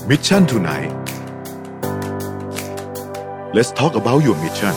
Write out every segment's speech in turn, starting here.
Mission tonight. Let's talk about your mission.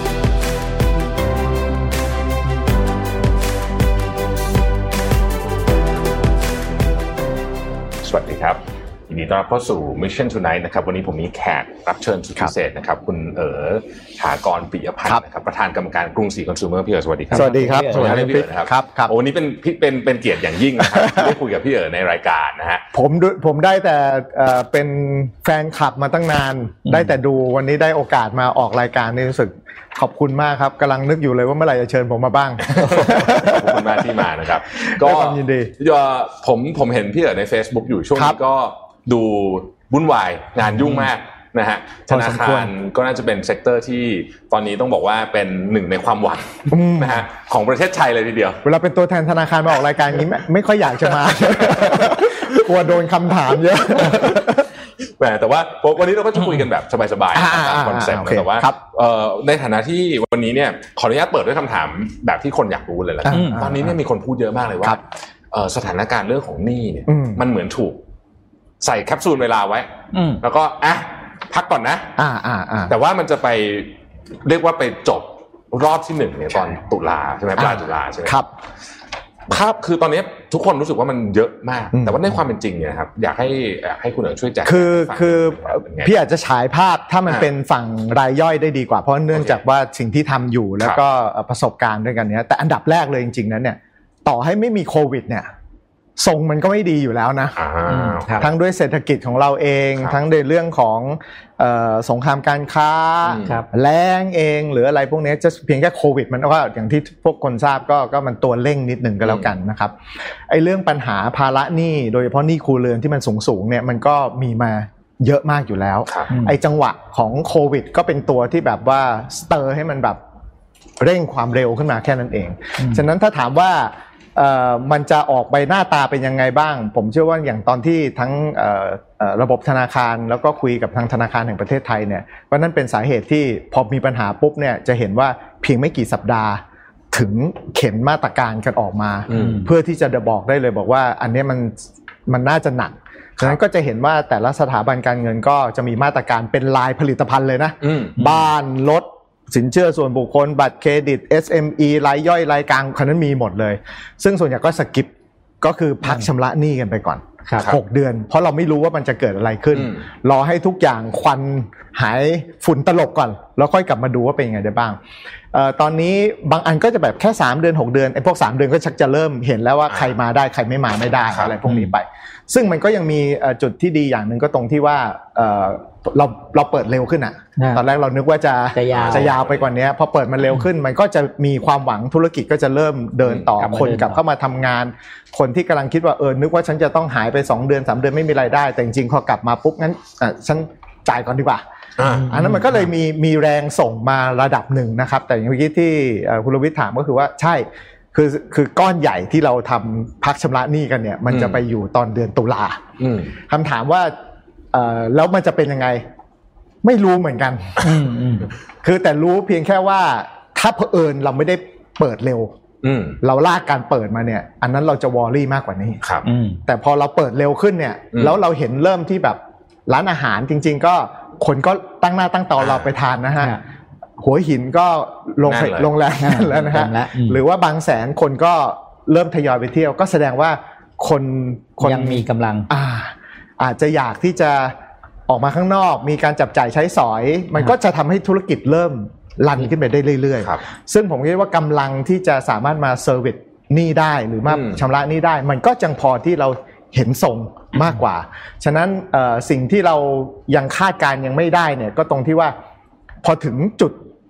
สวัสดีครับยินดีต้อนรับเข้าสู่ Mission Tonight นะครับวันนี้ผมมีแขกรับเชิญสุดพิเศษนะครับคุณถากรปิยพันธ์นะครับประธานกรรมการกรุงศรีคอน sumer พี่สวัสดีครับสวัสดีครับสวัสดีพี่นะครับโอ้นี่เป็นเกียรติอย่างยิ่งนะครับได้คุยกับพี่ในรายการนะฮะผมได้แต่เป็นแฟนคลับมาตั้งนานได้แต่ดูวันนี้ได้โอกาสมาออกรายการนี่รู้สึกขอบคุณมากครับกำลังนึกอยู่เลยว่าเมื่อไหร่จะเชิญผมมาบ้างขอบคุณมากที่มานะครับก็ยินดีผมเห็นพี่ใน Facebook อยู่ช่วงนี้ก็ดูวุ่นวายงานยุ่งมากนะฮะธนาคารก็น่าจะเป็นเซกเตอร์ที่ตอนนี้ต้องบอกว่าเป็นหนึ่งในความหวังนะฮะของประเทศไทยเลยทีเดียวเวลาเป็นตัวแทนธนาคารมาออกรายการนี้ไม่ค่อยอยากจะมากลัวโดนคำถามเยอะแต่ว่าวันนี้เราก็จะคุยกันแบบสบายๆคอนเซ็ปต์แต่ว่าในฐานะที่วันนี้เนี่ยขออนุญาตเปิดด้วยคำถามแบบที่คนอยากรู้เลยละกันตอนนี้เนี่ยมีคนพูดเยอะมากเลยว่าสถานการณ์เรื่องของหนี้เนี่ยมันเหมือนถูกใส่แคปซูลเวลาไว้แล้วก็พักก่อนนะแต่ว่ามันจะไปเรียกว่าไปจบรอบที่1เนี่ยตอนตุลาใช่ไหมปลายตุลาใช่ไหมครับภาพคือตอนนี้ทุกคนรู้สึกว่ามันเยอะมากแต่ว่าในความเป็นจริงเนี่ยครับอยากให้คุณช่วยแจกคือพี่อาจจะฉายภาพถ้ามันเป็นฝั่งรายย่อยได้ดีกว่าเพราะเนื่องจากว่าสิ่งที่ทำอยู่แล้วก็ประสบการณ์ด้วยกันเนี้ยแต่อันดับแรกเลยจริงๆนั้นเนี่ยต่อให้ไม่มีโควิดเนี่ยทรงมันก็ไม่ดีอยู่แล้วนะทั้งด้วยเศรษฐกิจของเราเองทั้งในเรื่องของสงครามการค้าแล้งเองหรืออะไรพวกนี้จะเพียงแค่โควิดมันก็อย่างที่พวกคนทราบก็มันตัวเร่งนิดหนึ่งก็แล้วกันนะครับไอ้เรื่องปัญหาภาระหนี้โดยเฉพาะหนี้ครัวเรือนที่มันสูงเนี่ยมันก็มีมาเยอะมากอยู่แล้วไอ้จังหวะของโควิดก็เป็นตัวที่แบบว่าสเตอร์ให้มันแบบเร่งความเร็วขึ้นมาแค่นั้นเองฉะนั้นถ้าถามว่ามันจะออกไปหน้าตาเป็นยังไงบ้างผมเชื่อว่าอย่างตอนที่ทั้งระบบธนาคารแล้วก็คุยกับทางธนาคารแห่งประเทศไทยเนี่ยว่านั่นเป็นสาเหตุที่พอมีปัญหาปุ๊บเนี่ยจะเห็นว่าเพียงไม่กี่สัปดาห์ถึงเข็นมาตรการกันออกมาเพื่อที่จะบอกได้เลยบอกว่าอันนี้มันน่าจะหนักฉะนั้นก็จะเห็นว่าแต่ละสถาบันการเงินก็จะมีมาตรการเป็นรายผลิตภัณฑ์เลยนะบ้านรถสินเชื่อส่วนบุคคลบัตรเครดิต SME รายย่อยรายกลางคันนั้นมีหมดเลยซึ่งส่วนใหญ่ก็สกิปก็คือพักชำระหนี้กันไปก่อน6 เดือนเพราะเราไม่รู้ว่ามันจะเกิดอะไรขึ้นรอให้ทุกอย่างควันหายฝุ่นตลบก่อนแล้วค่อยกลับมาดูว่าเป็นยังไงได้บ้างตอนนี้บางอันก็จะแบบแค่3 เดือน6 เดือนไอ้พวก3 เดือนก็ชักจะเริ่มเห็นแล้วว่าใครมาได้ใครไม่มาไม่ได้อะไรพวกนี้ไปซึ่งมันก็ยังมีจุดที่ดีอย่างนึงก็ตรงที่ว่าเราเปิดเร็วขึ้นอ่ะตอนแรกเรานึกว่าจะยาวไปกว่านี้พอเปิดมันเร็วขึ้นมันก็จะมีความหวังธุรกิจก็จะเริ่มเดินต่อคนกลับเข้ามาทำงานคนที่กำลังคิดว่านึกว่าฉันจะต้องหายไป2 เดือน3 เดือนไม่มีรายได้แต่จริงๆพอกลับมาปุ๊บงั้นฉันจ่ายก่อนดีกว่าอันนั้นมันก็เลยมีแรงส่งมาระดับหนึ่งนะครับแต่อย่างเมื่อกี้ที่คุณรวิทย์ถามก็คือว่าใช่คือก้อนใหญ่ที่เราทำพักชำระหนี้กันเนี่ยมันจะไปอยู่ตอนเดือนตุลาคำถามว่าแล้วมันจะเป็นยังไงไม่รู้เหมือนกันคือแต่รู้เพียงแค่ว่าถ้าเผอิญเราไม่ได้เปิดเร็วเราลากการเปิดมาเนี่ยอันนั้นเราจะวอรี่มากกว่านี้แต่พอเราเปิดเร็วขึ้นเนี่ยแล้วเราเห็นเริ่มที่แบบร้านอาหารจริงๆก็คนก็ตั้งหน้าตั้งตาเราไปทานนะฮะหัวหินก็ลงแรงแล้วนะฮะหรือว่าบางแสนคนก็เริ่มทยอยไปเที่ยวก็แสดงว่าคนยังมีกำลังอาจจะอยากที่จะออกมาข้างนอกมีการจับจ่ายใช้สอยมันก็จะทำให้ธุรกิจเริ่มรันขึ้นไปได้เรื่อยๆซึ่งผมคิดว่ากำลังที่จะสามารถมาเซอร์วิสหนี้ได้หรือมาชำระหนี้ได้มันก็จังพอที่เราเห็นส่งมากกว่าฉะนั้นสิ่งที่เรายังคาดการยังไม่ได้เนี่ยก็ตรงที่ว่าพอถึงจุด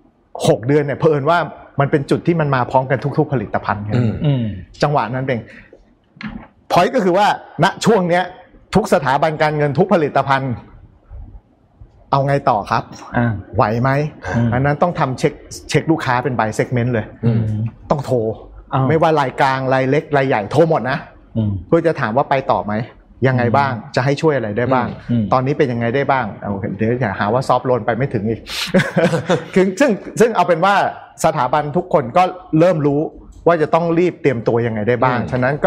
6 เดือนเนี่ยเผอิญว่ามันเป็นจุดที่มันมาพร้อมกันทุกๆผลิตภัณฑ์ครับจังหวะนั้นเองพอยต์ก็คือว่าณช่วงเนี้ยทุกสถาบันการเงินทุกผลิตภัณฑ์เอาไงต่อครับไหวไหมอันนั้นต้องทำเช็คลูกค้าเป็น by segment เลยต้องโทรไม่ว่ารายกลางรายเล็กรายใหญ่โทรหมดนะเพื่อจะถามว่าไปต่อไหมยังไงบ้างจะให้ช่วยอะไรได้บ้างตอนนี้เป็นยังไงได้บ้างเดี๋ยวจะหาว่าซอฟต์โลนไปไม่ถึงอีก คือซึ่งเอาเป็นว่าสถาบันทุกคนก็เริ่มรู้ว่าจะต้องรีบเตรียมตัวยังไงได้บ้างฉะนั้นก็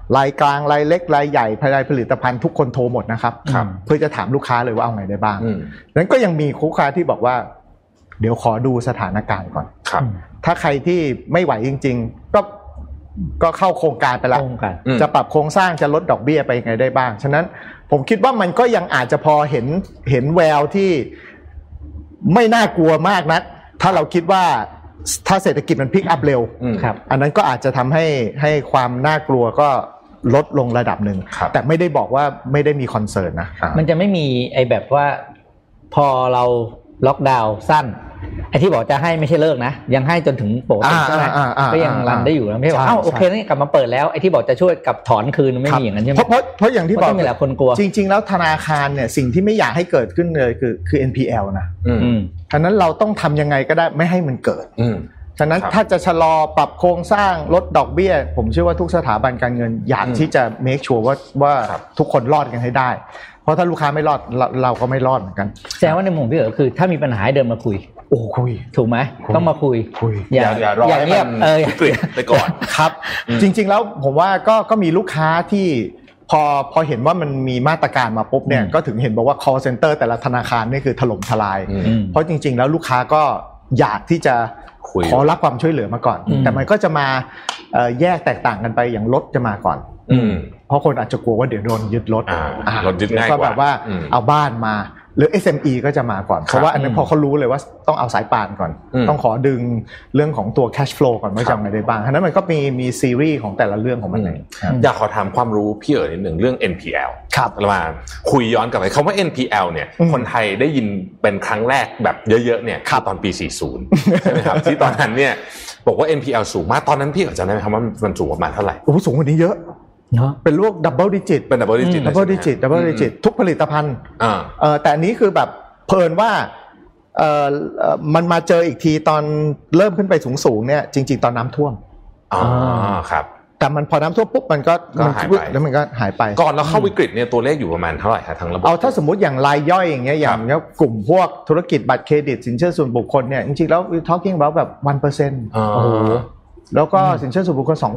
รายกลางรายเล็กรายใหญ่รายผลิตภัณฑ์ทุกคนโทรหมดนะครับเพื่อจะถามลูกค้าเลยว่าเอาไงได้บ้างนั้นก็ยังมีลูกค้าที่บอกว่าเดี๋ยวขอดูสถานการณ์ก่อนถ้าใครที่ไม่ไหวจริงๆก็เข้าโครงการไปแล้วจะปรับโครงสร้างจะลดดอกเบี้ยไปยังไงได้บ้างฉะนั้นผมคิดว่ามันก็ยังอาจจะพอเห็นแววที่ไม่น่ากลัวมากนักถ้าเราคิดว่าถ้าเศรษฐกิจมันพลิกอัพเร็วอันนั้นก็อาจจะทำให้ความน่ากลัวก็ลดลงระดับหนึ่งแต่ไม่ได้บอกว่าไม่ได้มีคอนเซิร์นนะมันจะไม่มีไอ้แบบว่าพอเราล็อกดาวน์สั้นไอ้ที่บอกจะให้ไม่ใช่เลิกนะยังให้จนถึงปกติใช่ไหมก็ยังรันได้อยู่นะไม่ใช่ว่าโอเคนี่กลับมาเปิดแล้วไอ้ที่บอกจะช่วยกับถอนคืนไม่มีอย่างนั้นใช่ไหมเพราะอย่างที่บอกมีหลายคนกลัวจริงๆแล้วธนาคารเนี่ยสิ่งที่ไม่อยากให้เกิดขึ้นเลยคือ NPL นะฉะนั้นเราต้องทำยังไงก็ได้ไม่ให้มันเกิดฉะนั้นถ้าจะชะลอปรับโครงสร้างลดดอกเบี้ยผมเชื่อว่าทุกสถาบันการเงินอยากที่จะ make sure ว่าทุกคนรอดกันให้ได้เพราะถ้าลูกค้าไม่รอดเราก็ไม่รอดเหมือนกันแสดงว่าในมุมพี่คือถ้ามีปัญหาเดินมาคุยคุยถูกไหมต้องมาคุยอย่ารอให้มันเกิดไปก่อนครับจริงๆแล้วผมว่าก็มีลูกค้าที่พอเห็นว่ามันมีมาตรการมาปุ๊บเนี่ยก็ถึงเห็นบอกว่า call center แต่ละธนาคารนี่คือถล่มทลายเพราะจริงๆแล้วลูกค้าก็อยากที่จะขอรับความช่วยเหลือมาก่อนแต่มันก็จะมาแยกแตกต่างกันไปอย่างรถจะมาก่อนเพราะคนอาจจะกลัวว่าเดี๋ยวโดนยึดรถยึดง่ายกว่าแบบว่าเอาบ้านมาหรือ SME ก็จะมาก่อนเพราะว่าอันนั้นพอเขารู้เลยว่าต้องเอาสายป่านก่อนต้องขอดึงเรื่องของตัว cash flow ก่อนว่าจะทำอะไรได้บ้างฉะนั้นมันก็มีซีรีส์ของแต่ละเรื่องของมันเองอยากขอถามความรู้พี่นิดหนึ่งเรื่อง NPL ครับมาคุยย้อนกลับไปคำว่า NPL เนี่ยคนไทยได้ยินเป็นครั้งแรกแบบเยอะๆเนี่ยตอนปี40ใช่ไหมครับที่ตอนนั้นเนี่ยบอกว่า NPL สูงมากตอนนั้นพี่จำได้ไหมครับว่ามันสูงประมาณเท่าไหร่สูงกว่านี้เยอะเป็นลูกดับเบิลดิจิตเป็นดับเบิลดิจิตทุกผลิตภัณฑ์แต่อันนี้คือแบบเพลินว่ามันมาเจออีกทีตอนเริ่มขึ้นไปสูงๆเนี่ยจริงๆตอนน้ำท่วมครับแต่มันพอน้ำท่วมปุ๊บมันก็หายไปแล้วมันก็หายไปก่อนเราเข้าวิกฤตเนี่ยตัวเลขอยู่ประมาณเท่าไหร่ครับทั้งระบบถ้าสมมุติอย่างรายย่อยอย่างเงี้ยอย่างกลุ่มพวกธุรกิจบัตรเครดิตสินเชื่อส่วนบุคคลเนี่ยจริงๆแล้ว talking about แบบ 1% โอ้โหแล้วก็สินเชื่อส่วนบุคคล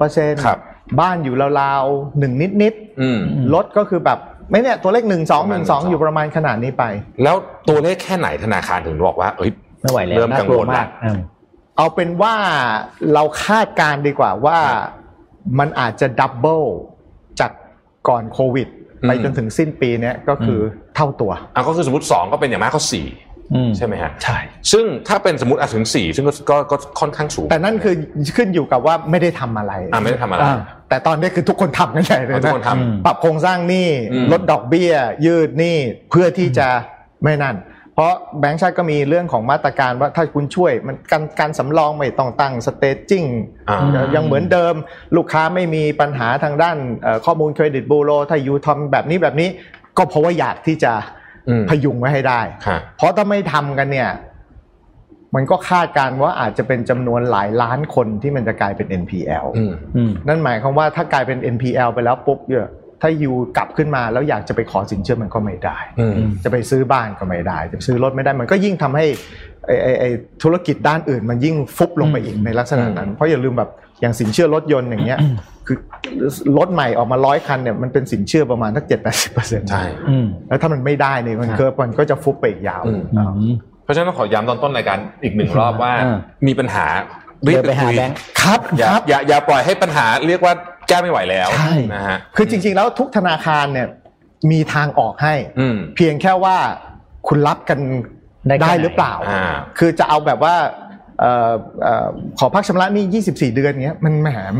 2% บ้านอยู่ราวๆ1นิดๆรถก็คือแบบไม่เนี่ยตัวเลข12อยู่ประมาณขนาดนี้ไปแล้วตัวเลขแค่ไหนธนาคารถึงบอกว่าไม่ไหวแล้วเริ่มกังวลมากเอาเป็นว่าเราคาดการณ์ดีกว่าว่ามันอาจจะดับเบิลจากก่อนโควิดไปจนถึงสิ้นปีนี้ก็คือเท่าตัวก็คือสมมุติ2ก็เป็นอย่างมากก็4ใช่ไหมฮะใช่ซึ่งถ้าเป็นสมมุติถึง4ซึ่งก็ค่อนข้างสูงแต่นั่นคือขึ้นอยู่กับว่าไม่ได้ทำอะไรไม่ได้ทำอะไรแต่ตอนนี้คือทุกคนทำกันใหญ่เลยนะปรับโครงสร้างหนี้ลดดอกเบี้ยยืดหนี้เพื่อที่จะไม่นั่นเพราะแบงก์ชาติก็มีเรื่องของมาตรการว่าถ้าคุณช่วยมันการสำรองไม่ต้องตั้งสเตจจิ้งยังเหมือนเดิมลูกค้าไม่มีปัญหาทางด้านข้อมูลเครดิตบูโรถ้าอยู่ทำแบบนี้ก็เพราะว่าอยากที่จะพยุงไว้ให้ได้เพราะถ้าไม่ทำกันเนี่ยมันก็คาดการณ์ว่าอาจจะเป็นจำนวนหลายล้านคนที่มันจะกลายเป็น NPL นั่นหมายความว่าถ้ากลายเป็น NPL ไปแล้วปุ๊บเนี่ยถ้ายูกลับขึ้นมาแล้วอยากจะไปขอสินเชื่อมันก็ไม่ได้จะไปซื้อบ้านก็ไม่ได้จะซื้อรถไม่ได้มันก็ยิ่งทำให้ไอ้ธุรกิจด้านอื่นมันยิ่งฟุบลงไปอีกในลักษณะนั้นเพราะอย่าลืมแบบอย่างสินเชื่อรถยนต์อย่างเงี้ยคือรถใหม่ออกมา100คันเนี่ยมันเป็นสินเชื่อประมาณสัก 7-80% ใช่แล้วถ้ามันไม่ได้เนี่ยมันก็จะฟุบไปอีกยาวเพราะฉะนั้นขอย้ำตอนต้นรายการอีก1รอบว่ามีปัญหารีบไปหาแบงค์ครับอย่าปล่อยให้ปัญหาเรียกว่าแก้ไม่ไหวแล้วนะฮะคือจริงๆแล้วทุกธนาคารเนี่ยมีทางออกให้เพียงแค่ว่าคุณรับกันได้หรือเปล่าคือจะเอาแบบว่าขอพักชำระหนี้24เดือนเงี้ยมันแหม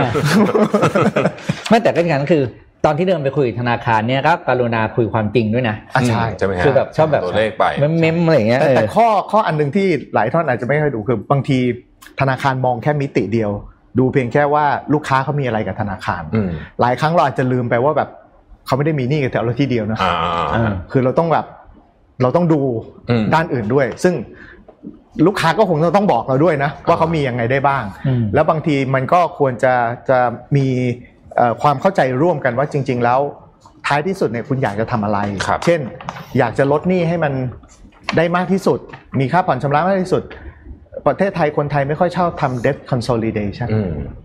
ไม่แต่ก็อย่างนั้นคือตอนที่เดินไปคุยธนาคารเนี่ยก็กรุณาคุยความจริงด้วยนะใช่คือแบบชอบแบบตัวเลขไปเม้มอะไรอย่างเงี้ยแต่ข้ออันนึงที่หลายท่านอาจจะไม่ค่อยดูคือบางทีธนาคารมองแค่มิติเดียวดูเพียงแค่ว่าลูกค้าเขามีอะไรกับธนาคารหลายครั้งเราอาจจะลืมไปว่าแบบเขาไม่ได้มีหนี้กับเราที่เดียวนะคือเราต้องดูด้านอื่นด้วยซึ่งลูกค้าก็คงต้องบอกเราด้วยนะว่าเขามียังไงได้บ้างแล้วบางทีมันก็ควรจะมีความเข้าใจร่วมกันว่าจริงๆแล้วท้ายที่สุดเนี่ยคุณอยากจะทำอะไรเช่นอยากจะลดหนี้ให้มันได้มากที่สุดมีค่าผ่อนชำระมากที่สุดประเทศไทยคนไทยไม่ค่อยชอบทำ debt consolidation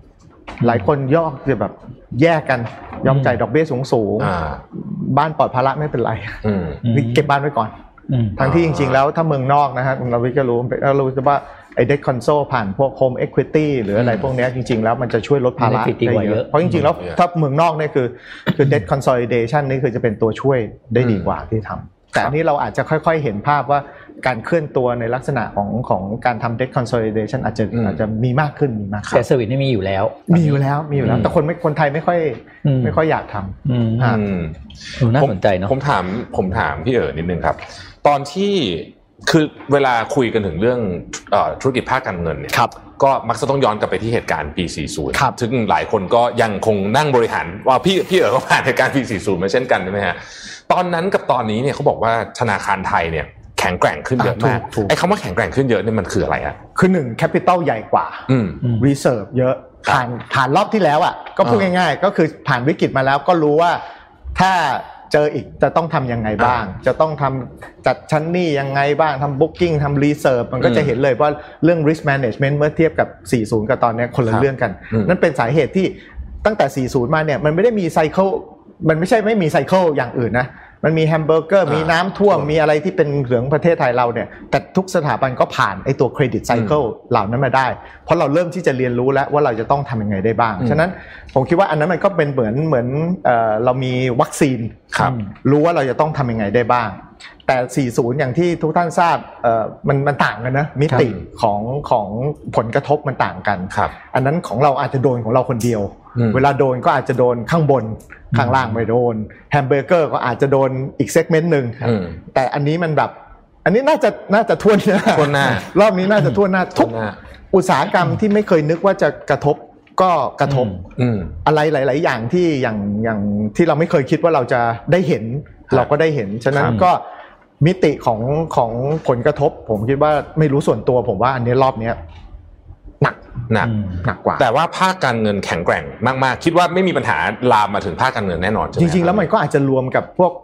หลายคนยอกจะแบบแยกกันยอมจ่ายดอกเบี้ยสูงๆบ้านปลอดภาระไม่เป็นไรเก็บบ้านไว้ก่อนทั้งที่จริงๆแล้วถ้าเมืองนอกนะฮะเราก็รู้ว่าไอ้ debt console ผ่านพวก home equity หรืออะไรพวกนี้จริงๆแล้วมันจะช่วยลดภาระได้เยอะเพราะจริงๆแล้วถ้าเมืองนอกเนี่ยคือ debt consolidation นี่คือจะเป็นตัวช่วยได้ดีกว่าที่ทำแต่อันนี้เราอาจจะค่อยๆเห็นภาพว่าการเคลื่อนตัวในลักษณะของการทำ debt consolidation อาจจะมีมากขึ้นแต่เซอร์วิสนี่มีอยู่แล้วแต่คนไทยไม่ค่อยอยากทำน่าสนใจเนาะผมถามพี่นิดนึงครับตอนที่คือเวลาคุยกันถึงเรื่องธุรกิจภาคการเงินเนี่ยก็มักจะต้องย้อนกลับไปที่เหตุการณ์ปี 40ซึ่งหลายคนก็ยังคงนั่งบริหารว่าพี่ก็ผ่านเหตุการณ์ปี 40มาเช่นกันใช่ไหมฮะตอนนั้นกับตอนนี้เนี่ยเขาบอกว่าธนาคารไทยเนี่ยแข็งแกร่งขึ้นเยอะมากไอ้คำว่าแข็งแกร่งขึ้นเยอะเนี่ยมันคืออะไรอะคือ1 capital ใหญ่กว่าreserve เยอะผ่านรอบที่แล้วอ่ะก็พูดง่ายๆก็คือผ่านวิกฤตมาแล้วก็รู้ว่าถ้าเจออีกจะต้องทำยังไงบ้างจะต้องทำจัดชั้นหนี้ยังไงบ้างทำ booking ทำ reserve มันก็จะเห็นเลยว่าเรื่อง risk management เมื่อเทียบกับ40กับตอนนี้คนละเรื่องกันนั่นเป็นสาเหตุที่ตั้งแต่40มาเนี่ยมันไม่ได้มีไซเคิลมันไม่ใช่ไม่มีไซเคิลอย่างอื่นนะมันมีแฮมเบอร์เกอร์มีน้ำท่วมมีอะไรที่เป็นเหลืองประเทศไทยเราเนี่ยแต่ทุกสถาบันก็ผ่านไอ้ตัวเครดิตไซเคิลเหล่านั้นมาได้เพราะเราเริ่มที่จะเรียนรู้แล้วว่าเราจะต้องทำยังไงได้บ้างฉะนั้นผมคิดว่าอันนั้นมันก็เป็นเหมือนเรามีวัคซีนรู้ว่าเราจะต้องทำยังไงได้บ้างแต่40อย่างที่ทุกท่านทราบมันต่างกันนะมิติของผลกระทบมันต่างกันอันนั้นของเราอาจจะโดนของเราคนเดียวเวลาโดนก็อาจจะโดนข้างบนข้างล่างไม่โดนแฮมเบอร์เกอร์ก็อาจจะโดนอีกเซกเมนต์นึงแต่อันนี้มันแบบอันนี้น่าจะทั่วหน้ารอบนี้น่าจะทั่วหน้าทุกอุตสาหกรรมที่ไม่เคยนึกว่าจะกระทบก็กระทบอะไรหลายๆอย่างที่อย่างที่เราไม่เคยคิดว่าเราจะได้เห็นเราก็ได้เห็นฉะนั้นก็มิติของผลกระทบผมคิดว่าไม่รู้ส่วนตัวผมว่าอันนี้รอบนี้หนักกว่าแต่ว่าภาคการเงินแข็งแกร่งมากๆคิดว่าไม่มีปัญหาลามมาถึงภาคการเงินแน่นอนจริงๆแล้วมันก็อาจจะรวมกับพวก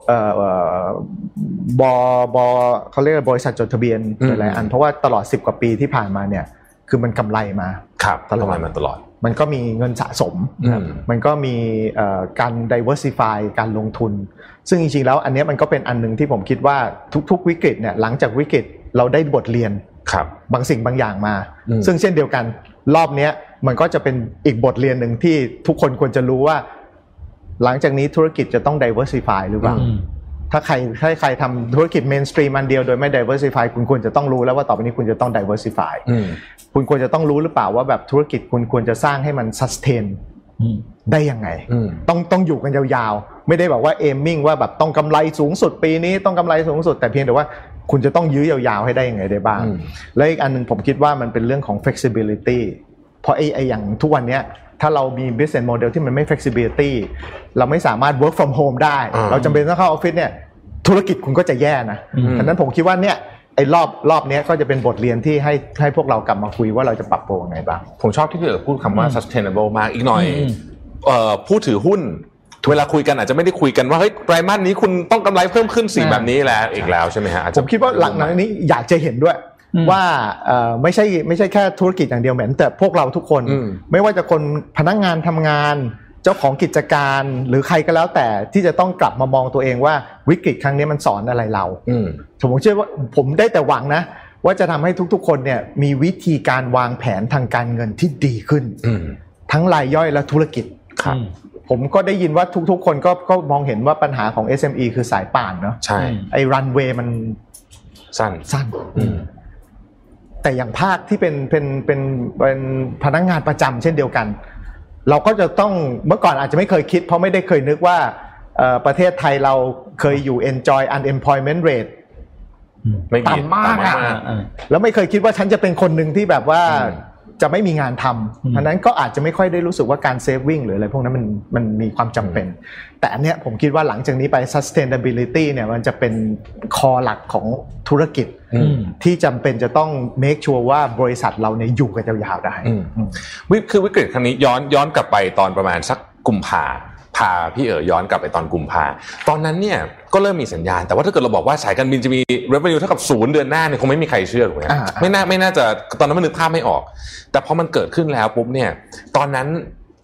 เขาเรียกบริษัทจดทะเบียนหลายอันเพราะว่าตลอด10กว่าปีที่ผ่านมาเนี่ยคือมันกำไรมาตลอดมันก็มีเงินสะสมมันก็มีการ diversify การลงทุนซึ่งจริงๆแล้วอันนี้มันก็เป็นอันนึงที่ผมคิดว่าทุกๆวิกฤตเนี่ยหลังจากวิกฤตเราได้บทเรียนบางสิ่งบางอย่างมาซึ่งเช่นเดียวกันรอบนี้มันก็จะเป็นอีกบทเรียนหนึ่งที่ทุกคนควรจะรู้ว่าหลังจากนี้ธุรกิจจะต้อง diversify หรือเปล่าถ้าใครทำธุรกิจ mainstream อันเดียวโดยไม่ diversify คุณควรจะต้องรู้แล้วว่าต่อไปนี้คุณจะต้อง diversify คุณควรจะต้องรู้หรือเปล่าว่าแบบธุรกิจคุณควรจะสร้างให้มัน sustain ได้ยังไงต้องอยู่กันยาวๆไม่ได้บอกว่า aiming ว่าแบบต้องกำไรสูงสุดปีนี้ต้องกำไรสูงสุดแต่เพียงแต่ว่าคุณจะต้องยื้อยาวๆให้ได้ยังไงได้บ้างและอีกอันนึงผมคิดว่ามันเป็นเรื่องของ flexibility เพราะไอ้อย่างทุกวันนี้ถ้าเรามี business model ที่มันไม่ flexibility เราไม่สามารถ work from home ได้เราจำเป็นต้องเข้าออฟฟิศเนี่ยธุรกิจคุณก็จะแย่นะดังนั้นผมคิดว่าเนี่ยไอ้รอบนี้ก็จะเป็นบทเรียนที่ให้พวกเรากลับมาคุยว่าเราจะปรับตัวยังไงบ้างผมชอบที่พี่พูดคำว่า sustainable มากอีกหน่อยผู้ถือหุ้นเวลาคุยกันอาจจะไม่ได้คุยกันว่าเฮ้ยไตรมาสนี้คุณต้องกำไรเพิ่มขึ้นสีแบบนี้แล้วอีกแล้วใช่ไหมฮะผมคิดว่าหลังจากนี้อยากจะเห็นด้วยว่าไม่ใช่แค่ธุรกิจอย่างเดียวเหมือนแต่พวกเราทุกคนไม่ว่าจะคนพนักงานทำงานเจ้าของกิจการหรือใครก็แล้วแต่ที่จะต้องกลับมามองตัวเองว่าวิกฤตครั้งนี้มันสอนอะไรเราผมเชื่อว่าผมได้แต่หวังนะว่าจะทำให้ทุกๆคนเนี่ยมีวิธีการวางแผนทางการเงินที่ดีขึ้นทั้งรายย่อยและธุรกิจผมก็ได้ยินว่าทุกๆคนก็มองเห็นว่าปัญหาของ SME คือสายป่านเนาะใช่ไอ้รันเวย์มันสั้นแต่อย่างภาคที่เป็นพนักงานประจำเช่นเดียวกันเราก็จะต้องเมื่อก่อนอาจจะไม่เคยคิดเพราะไม่ได้เคยนึกว่าประเทศไทยเราเคยอยู่ enjoy unemployment rate ต่ำมากแล้วไม่เคยคิดว่าฉันจะเป็นคนหนึ่งที่แบบว่าจะไม่มีงานทำเพราะนั้นก็อาจจะไม่ค่อยได้รู้สึกว่าการเซฟวิ่งหรืออะไรพวกนั้นมันมีความจำเป็นแต่อันเนี้ยผมคิดว่าหลังจากนี้ไป sustainability เนี่ยมันจะเป็นคอหลักของธุรกิจที่จำเป็นจะต้อง make sure ว่าบริษัทเราเนี่ยอยู่กันยาวๆได้คือวิกฤตครั้งนี้ย้อนกลับไปตอนประมาณสักกุมภาพาพี่ย้อนกลับไปตอนกุมภาตอนนั้นเนี่ยก็เริ่มมีสัญญาณแต่ว่าถ้าเกิดเราบอกว่าสายการบินจะมี revenue เท่ากับ0เดือนหน้าเนี่ยคงไม่มีใครเชื่อถูกไหมไม่น่าจะตอนนั้นมันนึกภาพไม่ออกแต่พอมันเกิดขึ้นแล้วปุ๊บเนี่ยตอนนั้น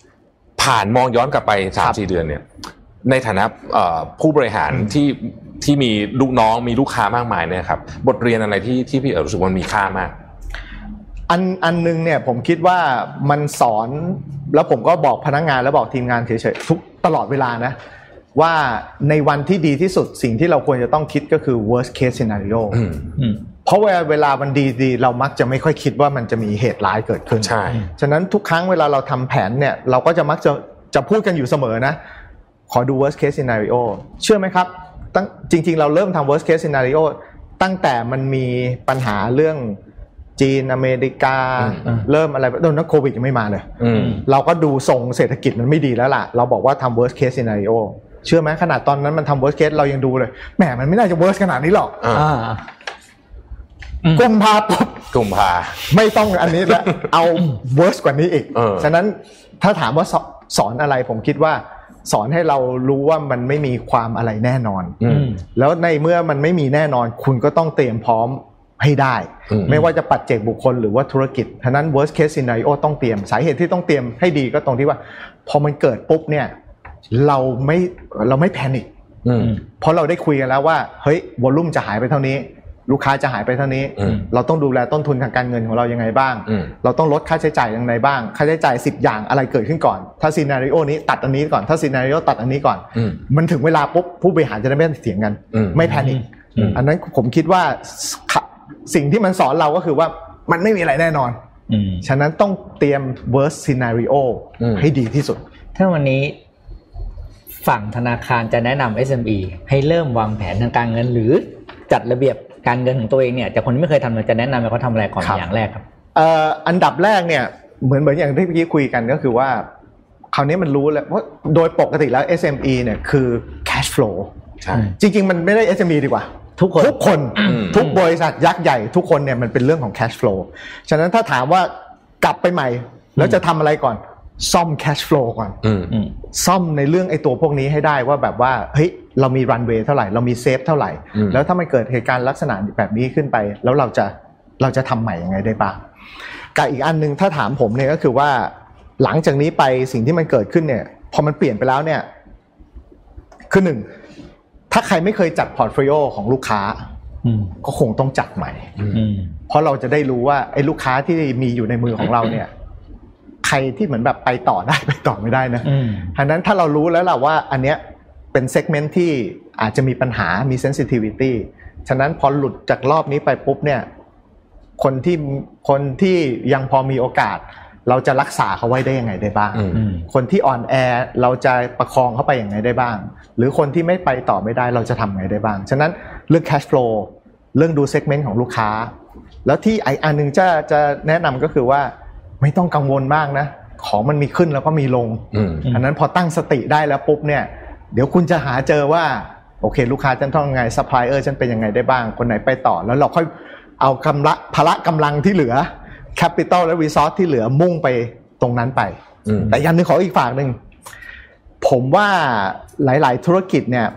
ผ่านมองย้อนกลับไป 3-4 เดือนเนี่ยในฐานะผู้บริหารที่มีลูกน้องมีลูกค้ามากมายเนี่ยครับบทเรียนอะไรที่พี่รู้สึกว่ามีค่ามากอันนึงเนี่ยผมคิดว่ามันสอนแล้วผมก็บอกพนักงานแล้วบอกทีมงานเฉยๆทุกตลอดเวลานะว่าในวันที่ดีที่สุดสิ่งที่เราควรจะต้องคิดก็คือ worst case scenario เพราะเวลามันดีเรามักจะไม่ค่อยคิดว่ามันจะมีเหตุร้ายเกิดขึ้นใช่ฉะนั้นทุกครั้งเวลาเราทำแผนเนี่ยเราก็จะมักจะพูดกันอยู่เสมอนะขอดู worst case scenario เชื่อไหมครับจริงๆเราเริ่มทำ worst case scenario ตั้งแต่มันมีปัญหาเรื่องจีนอเมริกาเริ่มอะไรตอนนั้นโควิดยังไม่มาเลยเราก็ดูส่งเศรษฐกิจมันไม่ดีแล้วล่ะเราบอกว่าทำ worst case scenario เชื่อไหมขนาดตอนนั้นมันทำ worst case เรายังดูเลยแหมมันไม่น่าจะ worst ขนาดนี้หรอกกุมภาไม่ต้องอันนี้แล้วเอา worst กว่านี้อีกฉะนั้นถ้าถามว่าสอนอะไรผมคิดว่าสอนให้เรารู้ว่ามันไม่มีความอะไรแน่นอนแล้วในเมื่อมันไม่มีแน่นอนคุณก็ต้องเตรียมพร้อมให้ได้ไม่ว่าจะปัจเจกบุคคลหรือว่าธุรกิจฉะนั้น worst case scenario ต้องเตรียมสาเหตุที่ต้องเตรียมให้ดีก็ตรงที่ว่าพอมันเกิดปุ๊บเนี่ยเราไม่แพนิคเพราะเราได้คุยกันแล้วว่าเฮ้ยวอลลุ่มจะหายไปเท่านี้ลูกค้าจะหายไปเท่านี้เราต้องดูแลต้นทุนทางการเงินของเรายังไงบ้างเราต้องลดค่าใช้จ่ายยังไงบ้างค่าใช้จ่าย10อย่างอะไรเกิดขึ้นก่อนถ้าซีนาริโอนี้ตัดอันนี้ก่อนถ้าซีนาริโอตัดอันนี้ก่อนมันถึงเวลาปุ๊บผู้บริหารจะได้ไม่เถียงกันไม่แพนิคอันนั้นผมคิดว่าสิ่งที่มันสอนเราก็คือว่ามันไม่มีอะไรแน่นอนฉะนั้นต้องเตรียม worst scenario ให้ดีที่สุดถ้าวันนี้ฝั่งธนาคารจะแนะนำ SME ให้เริ่มวางแผนทางการเงินหรือจัดระเบียบการเงินของตัวเองเนี่ยจากคนที่ไม่เคยทำเลยจะแนะนำให้เขาทำอะไรก่อนอย่างแรกครับอันดับแรกเนี่ยเหมือนอย่างที่เมื่อกี้คุยกันก็คือว่าคราวนี้มันรู้แล้วว่าโดยปกติแล้ว SME เนี่ยคือ cash flow จริงๆมันไม่ได้ SME ดีกว่าทุกคนทุกบริษัทยักษ์ใหญ่ทุกคนเนี่ยมันเป็นเรื่องของ cash flow ฉะนั้นถ้าถามว่ากลับไปใหม่แล้วจะทำอะไรก่อนซ่อม cash flow ก่อนซ่อมในเรื่องไอ้ตัวพวกนี้ให้ได้ว่าแบบว่าเฮ้ยเรามี runway เท่าไหร่เรามี safe เท่าไหร่แล้วถ้ามันเกิดเหตุการณ์ลักษณะแบบนี้ขึ้นไปแล้วเราจะทำใหม่ยังไงได้บ้างกับอีกอันนึงถ้าถามผมเนี่ยก็คือว่าหลังจากนี้ไปสิ่งที่มันเกิดขึ้นเนี่ยพอมันเปลี่ยนไปแล้วเนี่ยคือหนึ่งถ้าใครไม่เคยจัดพอร์ตโฟลิโอของลูกค้าก็คงต้องจัดใหม่เพราะเราจะได้รู้ว่าไอ้ลูกค้าที่มีอยู่ในมือของเราเนี่ยใครที่เหมือนแบบไปต่อได้ไปต่อไม่ได้นะฉะนั้นถ้าเรารู้แล้วล่ะว่าอันเนี้ยเป็นเซกเมนต์ที่อาจจะมีปัญหามีเซนซิทิวิตี้ฉะนั้นพอหลุดจากรอบนี้ไปปุ๊บเนี่ยคนที่ยังพอมีโอกาสเราจะรักษาเขาไว้ได้ยังไงได้บ้างคนที่อ่อนแอเราจะประคองเขาไปยังไงได้บ้างหรือคนที่ไม่ไปต่อไม่ได้เราจะทำไงได้บ้างฉะนั้นเรื่อง cash flow เรื่องดูเซกเมนต์ของลูกค้าแล้วที่อันนึงจะแนะนำก็คือว่าไม่ต้องกังวลมากนะของมันมีขึ้นแล้วก็มีลงอันนั้นพอตั้งสติได้แล้วปุ๊บเนี่ยเดี๋ยวคุณจะหาเจอว่าโอเคลูกค้าฉันต้องไงซัพพลายเออร์ฉันเป็นยังไงได้บ้างคนไหนไปต่อแล้วเราค่อยเอาพละกำลังที่เหลือแคปิตอลและรีซอสที่เหลือมุ่งไปตรงนั้นไปแต่อย่างนึงขออีกฝากนึงผมว่าหลายๆธุรกิจเนี่ย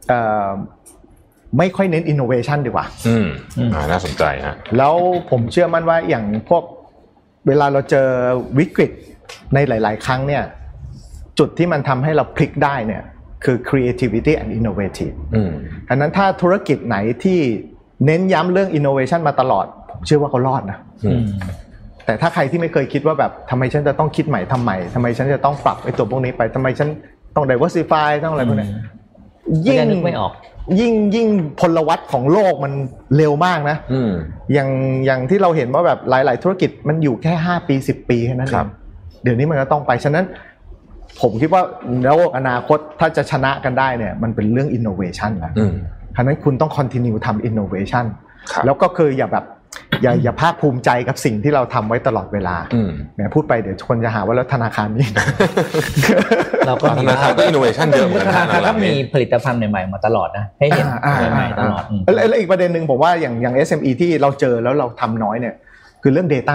ไม่ค่อยเน้นอินโนเวชันดีกว่าน่าสนใจฮะแล้วผมเชื่อมั่นว่าอย่างพวกเวลาเราเจอวิกฤตในหลายๆครั้งเนี่ยจุดที่มันทำให้เราพลิกได้เนี่ยคือ creativity and innovative อันนั้นถ้าธุรกิจไหนที่เน้นย้ำเรื่อง innovation มาตลอดผมเชื่อว่าเขารอดนะแต่ถ้าใครที่ไม่เคยคิดว่าแบบทำไมฉันจะต้องคิดใหม่ทำไมฉันจะต้องปรับไอ้ตัวพวกนี้ไปทำไมฉันต้อง diversify ต้องอะไรพวกนี้ยิ่งนึกไม่ออกยิ่งพลวัตของโลกมันเร็วมากนะอย่างที่เราเห็นว่าแบบหลายๆธุรกิจมันอยู่แค่5ปี10ปีแค่นั้นเองเดี๋ยวนี้มันก็ต้องไปฉะนั้นผมคิดว่าแล้วอนาคตถ้าจะชนะกันได้เนี่ยมันเป็นเรื่อง innovation นะฉะนั้นคุณต้อง continue ทำ innovation แล้วก็คืออย่าภาคภูมิใจกับสิ่งที่เราทำไว้ตลอดเวลาแหมพูดไปเดี๋ยวคนจะหาว่าแล้วธนาคารนี่เราก็ธนาคารก็ innovation เยอะเหมือนกันธนาคารก็มีผลิตภัณฑ์ใหม่ๆมาตลอดนะให้เห็นใหม่ๆตลอดแล้วอีกประเด็นนึงผมว่าอย่าง SME ที่เราเจอแล้วเราทำน้อยเนี่ยคือเรื่อง data เอา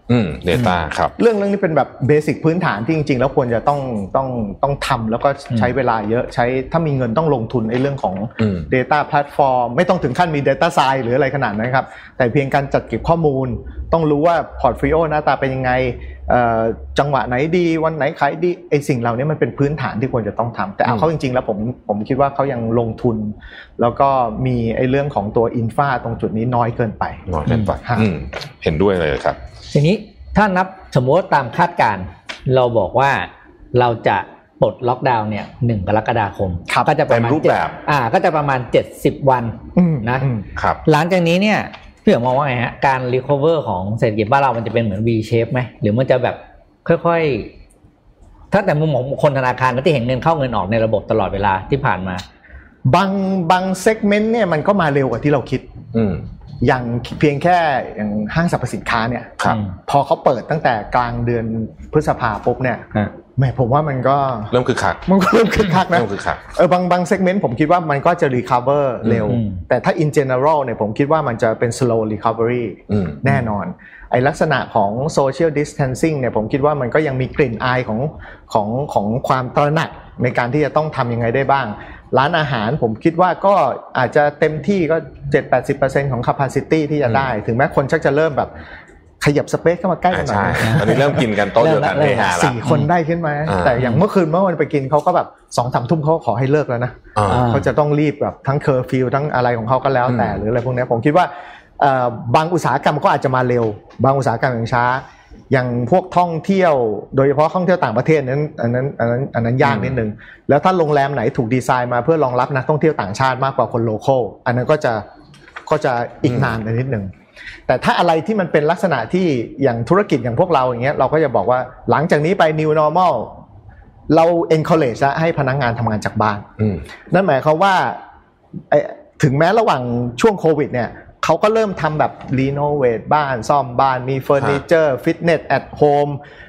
data ครับเรื่องนี้เป็นแบบเบสิกพื้นฐานที่จริงๆแล้วควรจะต้องทำแล้วก็ใช้เวลาเยอะใช้ถ้ามีเงินต้องลงทุนในเรื่องของ data platform ไม่ต้องถึงขั้นมี data science หรืออะไรขนาดนั้นครับแต่เพียงการจัดเก็บข้อมูลต้องรู้ว่า portfolio หน้าตาเป็นยังไงจังหวะไหนดีวันไหนขายดีไอ้สิ่งเหล่านี้มันเป็นพื้นฐานที่ควรจะต้องทำแต่เอาเข้าจริงๆแล้วผมคิดว่าเขายังลงทุนแล้วก็มีไอ้เรื่องของตัวอินฟราตรงจุดนี้น้อยเกินไปเห็นด้วยเลยครับทีนี้ถ้านับสมมติตามคาดการณ์เราบอกว่าเราจะปลดล็อกดาวน์เนี่ย1กรกฎาคมก็จะประมาณรูปแบบก็จะประมาณ70วันนะครับหลังจากนี้เนี่ยพี่เอ๋มองว่าไงฮะการ recover ของเศรษฐกิจบ้านเรามันจะเป็นเหมือน V shape ไหมหรือมันจะแบบค่อยๆถ้าแต่มุมของคนธนาคารก็จะเห็นเงินเข้าเงินออกในระบบตลอดเวลาที่ผ่านมาบางเซกเมนต์เนี่ยมันก็มาเร็วกว่าที่เราคิดอย่างเพียงแค่อย่างห้างสรรพสินค้าเนี่ยพอเขาเปิดตั้งแต่กลางเดือนพฤษภาปุ๊บเนี่ยแม่ผมว่ามันก็เริ่มคึกคักนะบางเซกเมนต์ผมคิดว่ามันก็จะ recover เร็วแต่ถ้า in general เนี่ยผมคิดว่ามันจะเป็น slow recovery แน่นอนไอ้ลักษณะของ social distancing เนี่ยผมคิดว่ามันก็ยังมีกลิ่นอายของความตระหนักในการที่จะต้องทำยังไงได้บ้างร้านอาหารผมคิดว่าก็อาจจะเต็มที่ก็ 7-80% ของ capacity ที่จะได้ถึงแม้คนชักจะเริ่มแบบขยับสเปซเข้ามาใกล้กันหน่อยตอนนี้เริ่มกินกันโต๊ะเดียวกันไม่หาละ 4 คนได้ขึ้นมาแต่อย่างเมื่อวันไปกินเขาก็แบบ 2-3 ทุ่มเขาขอให้เลิกแล้วนะเขาจะต้องรีบแบบทั้งเคอร์ฟิวทั้งอะไรของเขาก็แล้วแต่หรืออะไรพวกนี้ผมคิดว่าบางอุตสาหกรรมก็อาจจะมาเร็วบางอุตสาหกรรมอย่างช้าอย่างพวกท่องเที่ยวโดยเฉพาะท่องเที่ยวต่างประเทศนั้นอันนั้นยากนิดนึงแล้วถ้าโรงแรมไหนถูกดีไซน์มาเพื่อรองรับนักท่องเที่ยวต่างชาติมากกว่าคนโลคอลอันนั้นก็จะอีกนานนิดนึงแต่ถ้าอะไรที่มันเป็นลักษณะที่อย่างธุรกิจอย่างพวกเราอย่างเงี้ยเราก็จะบอกว่าหลังจากนี้ไป new normal เรา encourage ให้พนักงานทำงานจากบ้านนั่นหมายความว่าถึงแม้ระหว่างช่วงโควิดเนี่ยเขาก็เริ่มทำแบบรีโนเวทบ้านซ่อมบ้านมีเฟอร์นิเจอร์ฟิตเนสแอทโฮม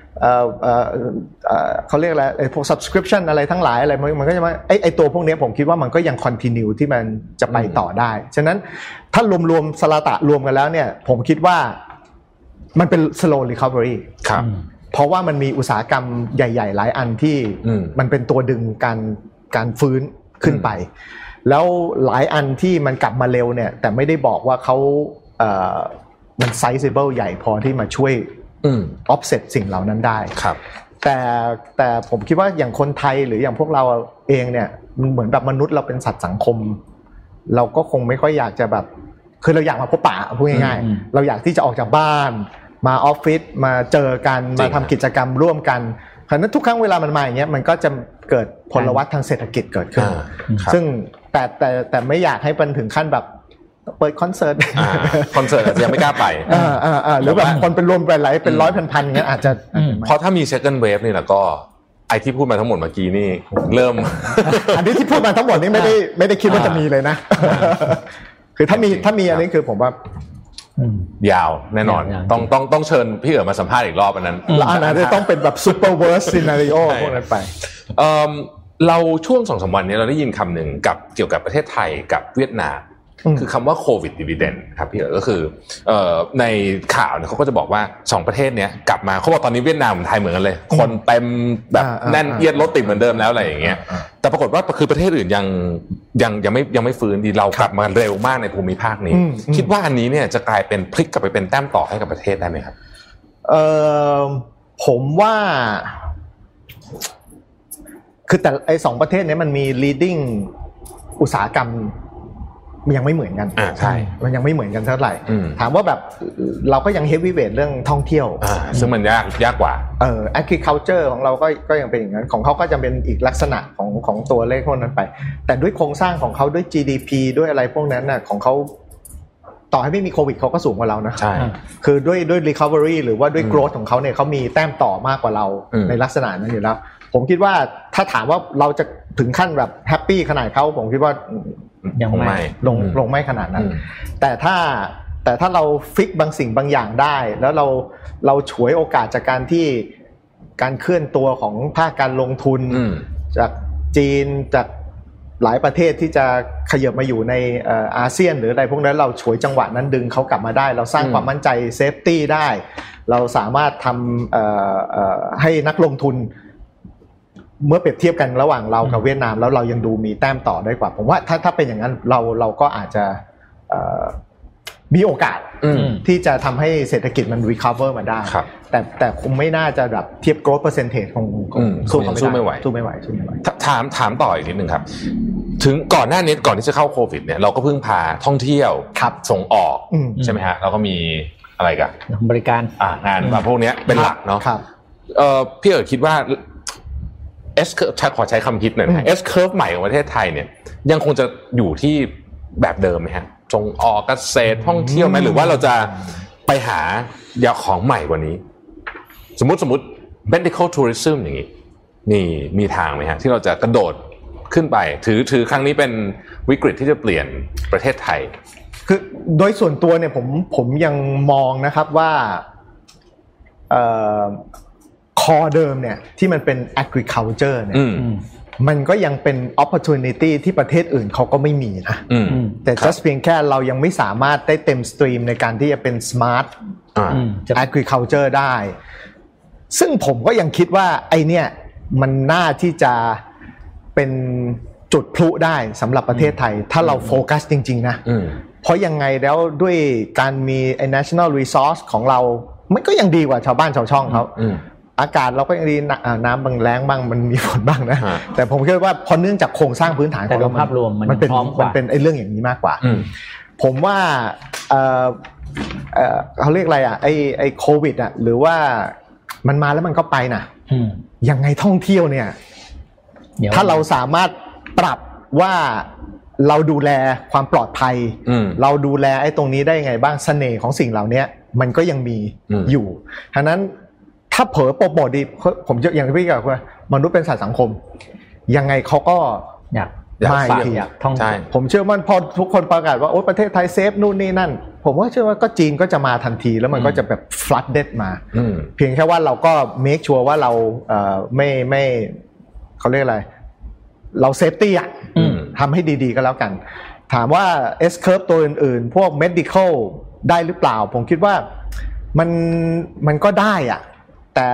เขาเรียกอะไรพวก subscription อะไรทั้งหลายอะไรมันก็จะมาไอตัวพวกนี้ผมคิดว่ามันก็ยัง continue ที่มันจะไปต่อได้ฉะนั้นถ้ารวมสลาตะรวมกันแล้วเนี่ยผมคิดว่ามันเป็น slow recovery ครับเพราะว่ามันมีอุตสาหกรรมใหญ่ๆหลายอันที่มันเป็นตัวดึงการฟื้นขึ้นไปแล้วหลายอันที่มันกลับมาเร็วเนี่ยแต่ไม่ได้บอกว่าเขามัน sizable ใหญ่พอที่มาช่วยoffset สิ่งเหล่านั้นได้ครับแต่ผมคิดว่าอย่างคนไทยหรืออย่างพวกเราเองเนี่ยมันเหมือนแบบมนุษย์เราเป็นสัตว์สังคมเราก็คงไม่ค่อยอยากจะแบบคือเราอยากมาพบปะพูดง่ายๆเราอยากที่จะออกจากบ้านมาออฟฟิศมาเจอกันมาทำกิจกรรมร่วมกันเพราะนั้นทุกครั้งเวลามันมาอย่างเงี้ยมันก็จะเกิดพลวัตทางเศรษฐกิจเกิดขึ้นซึ่งแต่ไม่อยากให้มันถึงขั้นแบบเปิดคอนเสิร์ตยังไม่กล้าไปหรือแบบคนเป็นรวมไปหลายเป็นร้อยพันๆเงี้ยอาจจะเพราะถ้ามี second wave นี่แหละก็ไอที่พูดมาทั้งหมดเมื่อกี้นี่เริ่มอันนี้ที่พูดมาทั้งหมดนี่ไม่ได้คิดว่าจะมีเลยนะคือถ้ามีอันนี้คือผมว่ายาวแน่นอนต้องเชิญพี่เอ๋มาสัมภาษณ์อีกรอบอันนั้นแล้วอันนั้นจะต้องเป็นแบบ super worst scenario พวกนั้นไปเราช่วง 2-3 วันนี้เราได้ยินคำหนึ่งเกี่ยวกับประเทศไทยกับเวียดนามคือคำว่าโควิดดิวิเดนด์ครับพี่เอ๋ก็คือในข่าวเนี่ยเขาก็จะบอกว่า2ประเทศเนี้ยกลับมาเขาบอกตอนนี้เวียดนามกับไทยเหมือนกันเลยคนเต็มแบบแน่นเอียดรถติดเหมือนเดิมแล้วอะไรอย่างเงี้ยแต่ปรากฏว่าคือประเทศอื่นยังไม่ฟื้นดีเรากลับมาเร็วมากในภูมิภาคนี้คิดว่าอันนี้เนี่ยจะกลายเป็นพลิกกลับไปเป็นแต้มต่อให้กับประเทศได้ไหมครับผมว่าคือแต่ไอ้2ประเทศนี้มันมี leading อุตสาหกรรมมันยังไม่เหมือนกันใช่มันยังไม่เหมือนกันเท่าไหร่ถามว่าแบบเราก็ยังเฮฟวี่เวทเรื่องท่องเที่ยวซึ่งมันยากกว่า agriculture ของเราก็ยังเป็นอย่างนั้นของเขาก็จะเป็นอีกลักษณะของตัวเลขพวกนั้นไปแต่ด้วยโครงสร้างของเขาด้วย GDP ด้วยอะไรพวกนั้นน่ะของเขาต่อให้ไม่มีโควิดเขาก็สูงกว่าเรานะใช่คือด้วย recovery หรือว่าด้วย growth ของเขาเนี่ยเขามีแต้มต่อมากกว่าเราในลักษณะนั้นอยู่แล้วผมคิดว่าถ้าถามว่าเราจะถึงขั้นแบบแฮปปี้ขนาดเขาผมคิดว่ายังไม่ลงไม่ขนาดนั้นแต่ถ้าเราฟิกบางสิ่งบางอย่างได้แล้วเราฉวยโอกาสจากการที่การเคลื่อนตัวของภาคการลงทุนจากจีนจากหลายประเทศที่จะขยับมาอยู่ในอาเซียนหรืออะไรพวกนั้นเราฉวยจังหวะนั้นดึงเขากลับมาได้เราสร้างความมั่นใจเซฟตี้ได้เราสามารถทำให้นักลงทุนเมื่อเปรียบเทียบกันระหว่างเรากับเวียดนามแล้วเรายังดูมีแต้มต่อได้กว่าผมว่าถ้าเป็นอย่างนั้นเราก็อาจจะมีโอกาสที่จะทำให้เศรษฐกิจมัน recover มาได้แต่คงไม่น่าจะแบบเทียบ growth percentage ของสู้ไม่ไหวถามต่ออีกนิดนึงครับถึงก่อนหน้านี้ก่อนที่จะเข้าโควิดเนี่ยเราก็เพิ่งพาท่องเที่ยวส่งออกใช่ไหมฮะเราก็มีอะไรกันบริการงานแบบพวกนี้เป็นหลักเนาะพี่คิดว่าS curve ขอใช้คำคิดหน่อยนะ S curve ใหม่ของประเทศไทยเนี่ยยังคงจะอยู่ที่แบบเดิมไหมฮะส่งออกเกษตรท่องเที่ยวไหมหรือว่าเราจะไปหาของใหม่กว่านี้สมมติ medical tourism อย่างนี้มีทางไหมฮะที่เราจะกระโดดขึ้นไปถือครั้งนี้เป็นวิกฤตที่จะเปลี่ยนประเทศไทยคือโดยส่วนตัวเนี่ยผมยังมองนะครับว่าคอเดิมเนี่ยที่มันเป็น agriculture เนี่ยมันก็ยังเป็น opportunity ที่ประเทศอื่นเขาก็ไม่มีนะแต่ just เพียงแค่เรายังไม่สามารถได้เต็มสตรีมในการที่จะเป็น smart agriculture ได้ซึ่งผมก็ยังคิดว่าไอเนี่ยมันน่าที่จะเป็นจุดพลุได้สำหรับประเทศไทยถ้าเราโฟกัสจริงๆนะเพราะยังไงแล้วด้วยการมีไอ้ national resource ของเรามันก็ยังดีกว่าชาวบ้านชาวช่องเขาอากาศเราก็ยังดีน้ำบางแล้งบ้างมันมีฝนบ้างนะแต่ผมคิดว่าพอเนื่องจากโครงสร้างพื้นฐานของเราภาพรวมมันเป็นไอ้เรื่องอย่างนี้มากกว่าผมว่าเขาเรียกอะไรไอ้โควิดหรือว่ามันมาแล้วมันก็ไปนะยังไงท่องเที่ยวเนี่ยถ้าเราสามารถปรับว่าเราดูแลความปลอดภัยเราดูแลไอ้ตรงนี้ได้ยังไงบ้างเสน่ห์ของสิ่งเหล่านี้มันก็ยังมีอยู่ฉะนั้นถ้าเผลอโปรโมทดีผมอย่างที่พี่บอกว่ามนุษย์เป็นสัตว์สังคมยังไงเขาก็อยากท่องผมเชื่อว่าพอทุกคนประกาศว่าโอ๊ยประเทศไทยเซฟนู่นนี่นั่นผมว่าเชื่อว่าก็จีนก็จะมาทันทีแล้วมันก็จะแบบ flooded มาเพียงแค่ว่าเราก็ make sure ว่าเราไม่เขาเรียกอะไรเราเซฟตี้ทำให้ดีๆก็แล้วกันถามว่า S curve ตัวอื่นๆพวก medical ได้หรือเปล่าผมคิดว่ามันก็ได้แต่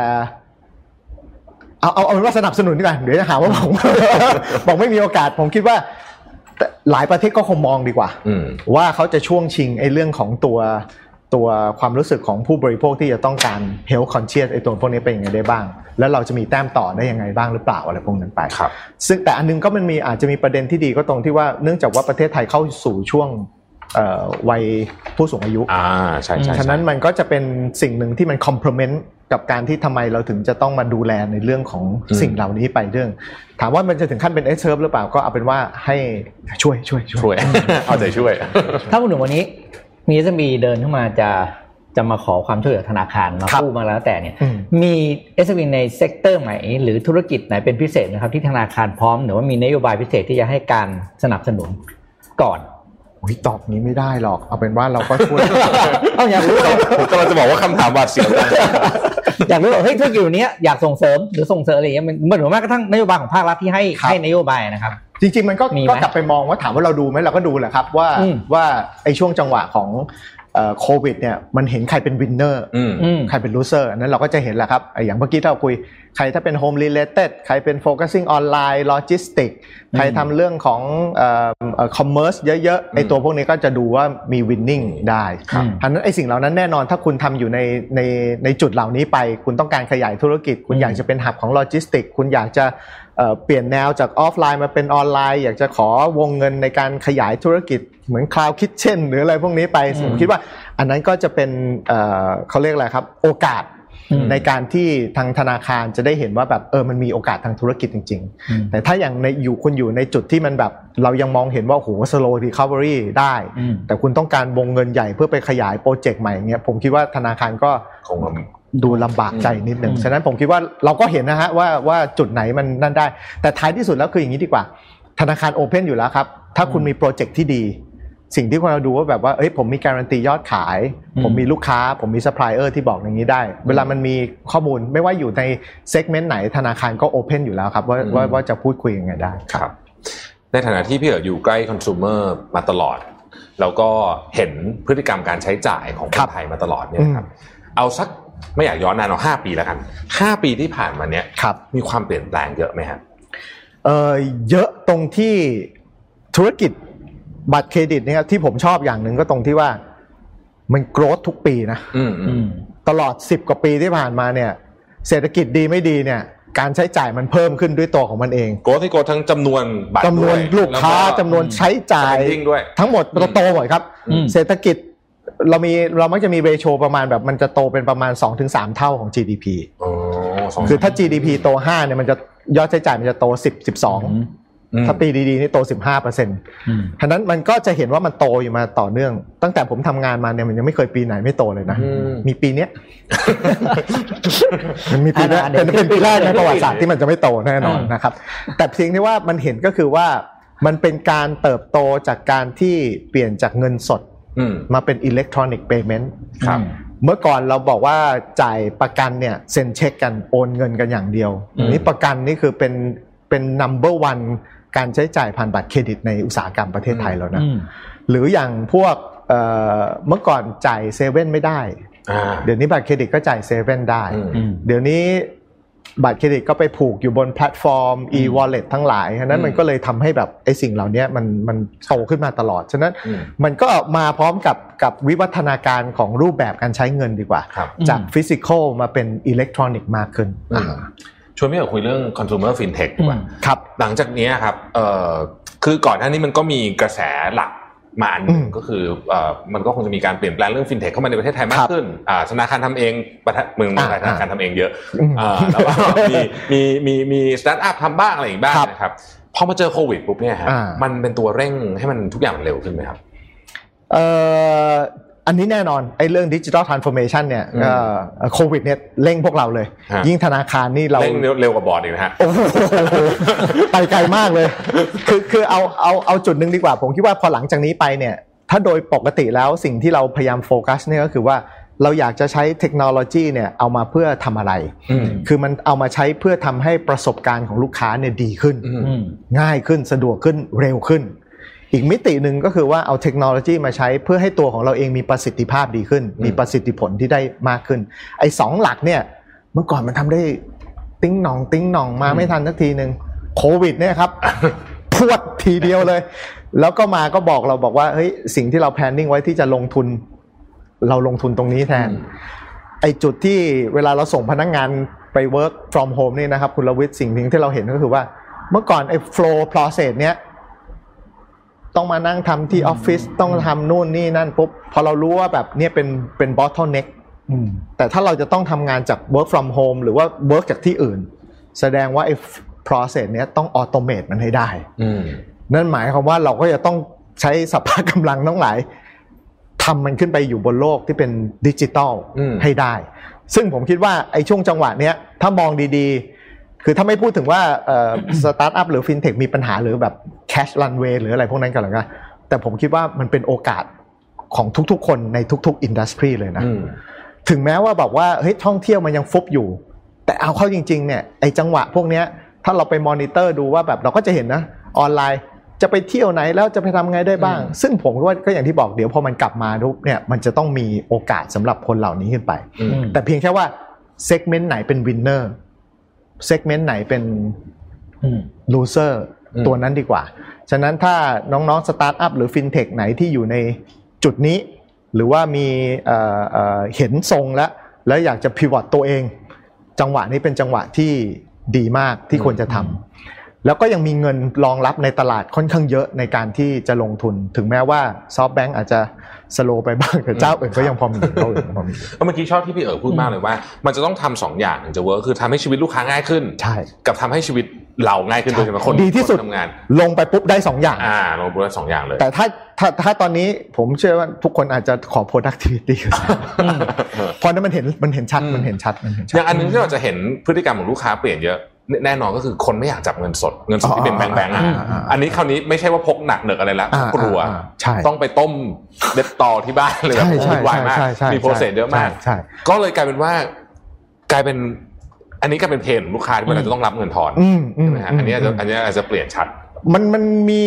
เอาเป็นว่าสนับสนุนดีกว่าเดี๋ยวจะหาว่าผมบอกไม่มีโอกาสผมคิดว่าหลายประเทศก็คงมองดีกว่าว่าเขาจะช่วงชิงไอ้เรื่องของตัวความรู้สึกของผู้บริโภคที่จะต้องการ health conscious ไอ้ตัวพวกนี้เป็นยังไงได้บ้างแล้วเราจะมีแต้มต่อได้ยังไงบ้างหรือเปล่าอะไรพวกนั้นไปซึ่งแต่อันนึงก็มันมีอาจจะมีประเด็นที่ดีก็ตรงที่ว่าเนื่องจากว่าประเทศไทยเข้าสู่ช่วงวัยผู้สูงอายุใช่ๆฉะนั้นมันก็จะเป็นสิ่งหนึ่งที่มัน complement กับการที่ทำไมเราถึงจะต้องมาดูแลในเรื่องของสิ่งเหล่านี้ไปเรื่องถามว่ามันจะถึงขั้นเป็น S curve หรือเปล่าก็เอาเป็นว่าให้ช่วยเอาใจช่วยถ้าพูดถึงวันนี้มี SME เดินเข้ามาจะมาขอความช่วยเหลือธนาคารมากู้มาแล้วแต่เนี่ยมี SME ในเซกเตอร์ไหนหรือธุรกิจไหนเป็นพิเศษนะครับที่ธนาคารพร้อมหรือว่ามีนโยบายพิเศษที่จะให้การสนับสนุนก่อนตอบนี้ไม่ได้หรอกเอาเป็นว่าเราก็ช่วยอยากรู้ผมกำลังจะบอกว่าคำถามบาดเสียวอยากรู้ว่าเฮ้ยธุรกิจนี้อยากส่งเสริมหรือส่งเสริมอะไรอย่างเงี้ยมันเหมือนว่ากระทั่งนโยบายของภาครัฐที่ให้นโยบายนะครับจริงๆมันก็กลับไปมองว่าถามว่าเราดูไหมเราก็ดูแหละครับว่าไอ้ช่วงจังหวะของโควิดเนี่ยมันเห็นใครเป็นวินเนอร์ใครเป็นลูเซอร์อันนั้นเราก็จะเห็นแหละครับอย่างเมื่อกี้เราคุยใครถ้าเป็นโฮมรีเลเต็ดใครเป็นโฟกัสซิ่งออนไลน์โลจิสติกใครทำเรื่องของคอมเมอร์สเยอะๆไอ้ตัวพวกนี้ก็จะดูว่ามีวินนิ่งได้ฉะนั้นไอ้สิ่งเหล่านั้นแน่นอนถ้าคุณทำอยู่ในจุดเหล่านี้ไปคุณต้องการขยายธุรกิจคุณอยากจะเป็นหับของโลจิสติกคุณอยากจะเปลี่ยนแนวจากออฟไลน์มาเป็นออนไลน์อยากจะขอวงเงินในการขยายธุรกิจเหมือน Cloud Kitchen หรืออะไรพวกนี้ไปผมคิดว่าอันนั้นก็จะเป็นเขาเรียกอะไรครับโอกาสในการที่ทางธนาคารจะได้เห็นว่าแบบมันมีโอกาสทางธุรกิจจริงๆแต่ถ้าอย่างคุณอยู่ในจุดที่มันแบบเรายังมองเห็นว่าโห slow recovery ได้แต่คุณต้องการวงเงินใหญ่เพื่อไปขยายโปรเจกต์ใหม่เงี้ยผมคิดว่าธนาคารก็คงดูลำบากใจนิดนึงฉะนั้นผมคิดว่าเราก็เห็นนะฮะว่าจุดไหนมันนั่นได้แต่ท้ายที่สุดแล้วคืออย่างนี้ดีกว่าธนาคารโอเพ่นอยู่แล้วครับถ้าคุณมีโปรเจกต์ที่ดีสิ่งที่เราดูว่าแบบว่าผมมีการันตียอดขายผมมีลูกค้าผมมีซัพพลายเออร์ที่บอกอย่างนี้ได้เวลามันมีข้อมูลไม่ว่าอยู่ในเซกเมนต์ไหนธนาคารก็โอเพ่นอยู่แล้วครับว่าจะพูดคุยยังไงได้ครับในฐานะที่พี่อยู่ใกล้คอน sumer มาตลอดแล้วก็เห็นพฤติกรรมการใช้จ่ายของคนไทยมาตลอดเนี่ยครับเอาสักไม่อยากย้อนนานเอา5 ปีแล้วกัน5 ปีที่ผ่านมาเนี้ยมีความเปลี่ยนแปลงเยอะไหมครับเยอะตรงที่ธุรกิจบัตรเครดิตเนี่ยที่ผมชอบอย่างหนึ่งก็ตรงที่ว่ามันโกรธทุกปีนะตลอด10 กว่าปีที่ผ่านมาเนี่ยเศรษฐกิจดีไม่ดีเนี่ยการใช้จ่ายมันเพิ่มขึ้นด้วยตัวของมันเองโกรธที่โกรธทั้งจำนวนบัตรจำนวนลูกค้าจำนวนใช้จ่ายทั้งหมดโตหมดครับเศรษฐกิจเรามักจะมีเรโชประมาณแบบมันจะโตเป็นประมาณ 2-3 เท่าของ GDP คือถ้า GDP โต5เนี่ยมันจะยอดใช้จ่ายมันจะโต10-12ถ้าปีดีๆนี่โต 15%ฉะนั้นมันก็จะเห็นว่ามันโตอยู่มาต่อเนื่องตั้งแต่ผมทำงานมาเนี่ยมันยังไม่เคยปีไหนไม่โตเลยนะมีปีเนี้ยมันมีปีนี้เป็นปีแรกในประวัติศาสตร์ที่มันจะไม่โตแน่นอนนะครับแต่สิ่งที่ว่ามันเห็นก็คือว่ามันเป็นการเติบโตจากการที่เปลี่ยนจากเงินสดมาเป็นอิเล็กทรอนิกส์เพย์เมนต์เมื่อก่อนเราบอกว่าจ่ายประกันเนี่ยเซ็นเช็คกันโอนเงินกันอย่างเดียวนี่ประกันนี่คือเป็น number one การใช้จ่ายผ่านบัตรเครดิตในอุตสาหกรรมประเทศไทยแล้วนะหรืออย่างพวกเมื่อก่อนจ่ายเซเว่นไม่ได้เดี๋ยวนี้บัตรเครดิตก็จ่ายเซเว่นได้เดี๋ยวนี้บัตรเครดิตก็ไปผูกอยู่บนแพลตฟอร์ม e-wallet ทั้งหลายฉะนั้นมันก็เลยทำให้แบบไอ้สิ่งเหล่านี้มันโตขึ้นมาตลอดฉะนั้นมันก็มาพร้อมกับวิวัฒนาการของรูปแบบการใช้เงินดีกว่าจากฟิสิกอลมาเป็นอิเล็กทรอนิกส์มากขึ้นชวนพี่คุยเรื่อง consumer fintech ดีกว่าครับหลังจากนี้ครับคือก่อนหน้านี้มันก็มีกระแสหลักมาอันนึงก็คือมันก็คงจะมีการเปลี่ยนแปลงเรื่อง fintech เข้ามาในประเทศไทยมากขึ้นธนาคารทำเองเมืองธนาคารทำเองเยอะแล้วก็มีสตาร์ทอัพทำบ้างอะไรอีกบ้างนะครับพอมาเจอโควิดปุ๊บเนี่ยฮะมันเป็นตัวเร่งให้มันทุกอย่างมันเร็วขึ้นไหมครับอันนี้แน่นอนไอ้เรื่อง Digital Transformation เนี่ยโควิดเนี่ยเร่งพวกเราเลยยิ่งธนาคารนี่เราเร่งเร็วกว่าบอร์ดอีกนะฮะไปไกลมากเลยคือเอาจุดนึงดีกว่าผมคิดว่าพอหลังจากนี้ไปเนี่ยถ้าโดยปกติแล้วสิ่งที่เราพยายามโฟกัสเนี่ยก็คือว่าเราอยากจะใช้เทคโนโลยีเนี่ยเอามาเพื่อทำอะไรคือมันเอามาใช้เพื่อทำให้ประสบการณ์ของลูกค้าเนี่ยดีขึ้นง่ายขึ้นสะดวกขึ้นเร็วขึ้นอีกมิติหนึ่งก็คือว่าเอาเทคโนโลยีมาใช้เพื่อให้ตัวของเราเองมีประสิทธิภาพดีขึ้นมีประสิทธิผลที่ได้มากขึ้นไอ้2หลักเนี่ยเมื่อก่อนมันทำได้ติ้งหน่องมาไม่ทันสักทีนึงโควิดเนี่ยครับ พรวดทีเดียวเลยแล้วก็มาก็บอกเราบอกว่าเฮ้ยสิ่งที่เราแพลนนิ่งไว้ที่จะลงทุนเราลงทุนตรงนี้แทนไอ้จุดที่เวลาเราส่งพนักงานไป work from home นี่นะครับคุณรวิทย์สิ่งนึงที่เราเห็นก็คือว่าเมื่อก่อนไอ้ flow process เนี้ยต้องมานั่งทำที่ออฟฟิศต้องทำนู่นนี่นั่นปุ๊บพอเรารู้ว่าแบบเนี่ยเป็น bottleneck แต่ถ้าเราจะต้องทำงานจาก work from home หรือว่า work จากที่อื่นแสดงว่าไอ้ process เนี้ยต้อง automate มันให้ได้นั่นหมายความว่าเราก็จะต้องใช้สภาพกำลังทั้งหลายทำมันขึ้นไปอยู่บนโลกที่เป็นดิจิตอลให้ได้ซึ่งผมคิดว่าไอ้ช่วงจังหวะเนี้ยถ้ามองดีๆคือถ้าไม่พูดถึงว่าสตาร์ทอัพหรือฟินเทคมีปัญหาหรือแบบแคชรันเวย์หรืออะไรพวกนั้นกันหรอกนะแต่ผมคิดว่ามันเป็นโอกาสของทุกๆคนในทุกๆอินดัสทรีเลยนะถึงแม้ว่าแบบว่าเฮ้ยท่องเที่ยวมันยังฟุบอยู่แต่เอาเข้าจริงๆเนี่ยไอ้จังหวะพวกเนี้ยถ้าเราไปมอนิเตอร์ดูว่าแบบเราก็จะเห็นนะออนไลน์จะไปเที่ยวไหนแล้วจะไปทำไงได้บ้างซึ่งผมว่าก็อย่างที่บอกเดี๋ยวพอมันกลับมาทุกเนี่ยมันจะต้องมีโอกาสสำหรับคนเหล่านี้ขึ้นไปแต่เพียงแค่ว่าเซกเมนต์ไหนเป็นวินเนอร์เซกเมนต์ไหนเป็นลูเซอร์ตัวนั้นดีกว่าฉะนั้นถ้าน้องๆสตาร์ทอัพหรือฟินเทคไหนที่อยู่ในจุดนี้หรือว่ามีเห็นทรงแล้วอยากจะพิวอตตัวเองจังหวะนี้เป็นจังหวะที่ดีมากที่ควรจะทำแล้วก็ยังมีเงินรองรับในตลาดค่อนข้างเยอะในการที่จะลงทุนถึงแม้ว่าซอฟต์แบงก์อาจจะสโลว์ไปบ้างแต่เจ้าอื่นก็ยังพอมีเมื่อกี้ชอบที่พี่พูดมากเลยว่ามันจะต้องทำ2อย่างถึงจะเวิร์คคือทำให้ชีวิตลูกค้าง่ายขึ้นใช่กับทำให้ชีวิตเราง่ายขึ้นโดยเฉพาะคนดีที่สุดทำงานลงไปปุ๊บได้2อย่างลงปุ๊บได้2อย่างเลยแต่ถ้าตอนนี้ผมเชื่อว่าทุกคนอาจจะขอ productivity เพราะนั้นมันเห็นชัดอย่างอันนึงที่เราจะเห็นพฤติกรรมของลูกค้าเปลี่ยนเยอะแน่นอนก็คือคนไม่อยากจับเงินสดที่เป็นแบงค์อันนี้คราวนี้ไม่ใช่ว่าพกหนักเหนอะอะไรแล้วกลัวต้องไปต้มเด็ดตอที่บ้านเลยแบบวุ่นวายมากมีโปรเซสเยอะมากก็เลยกลายเป็นอันนี้กลายเป็นเพนของลูกค้าที่มันจะต้องรับเงินทอนใช่ไหมฮะอันนี้อาจจะเปลี่ยนชัดมันมี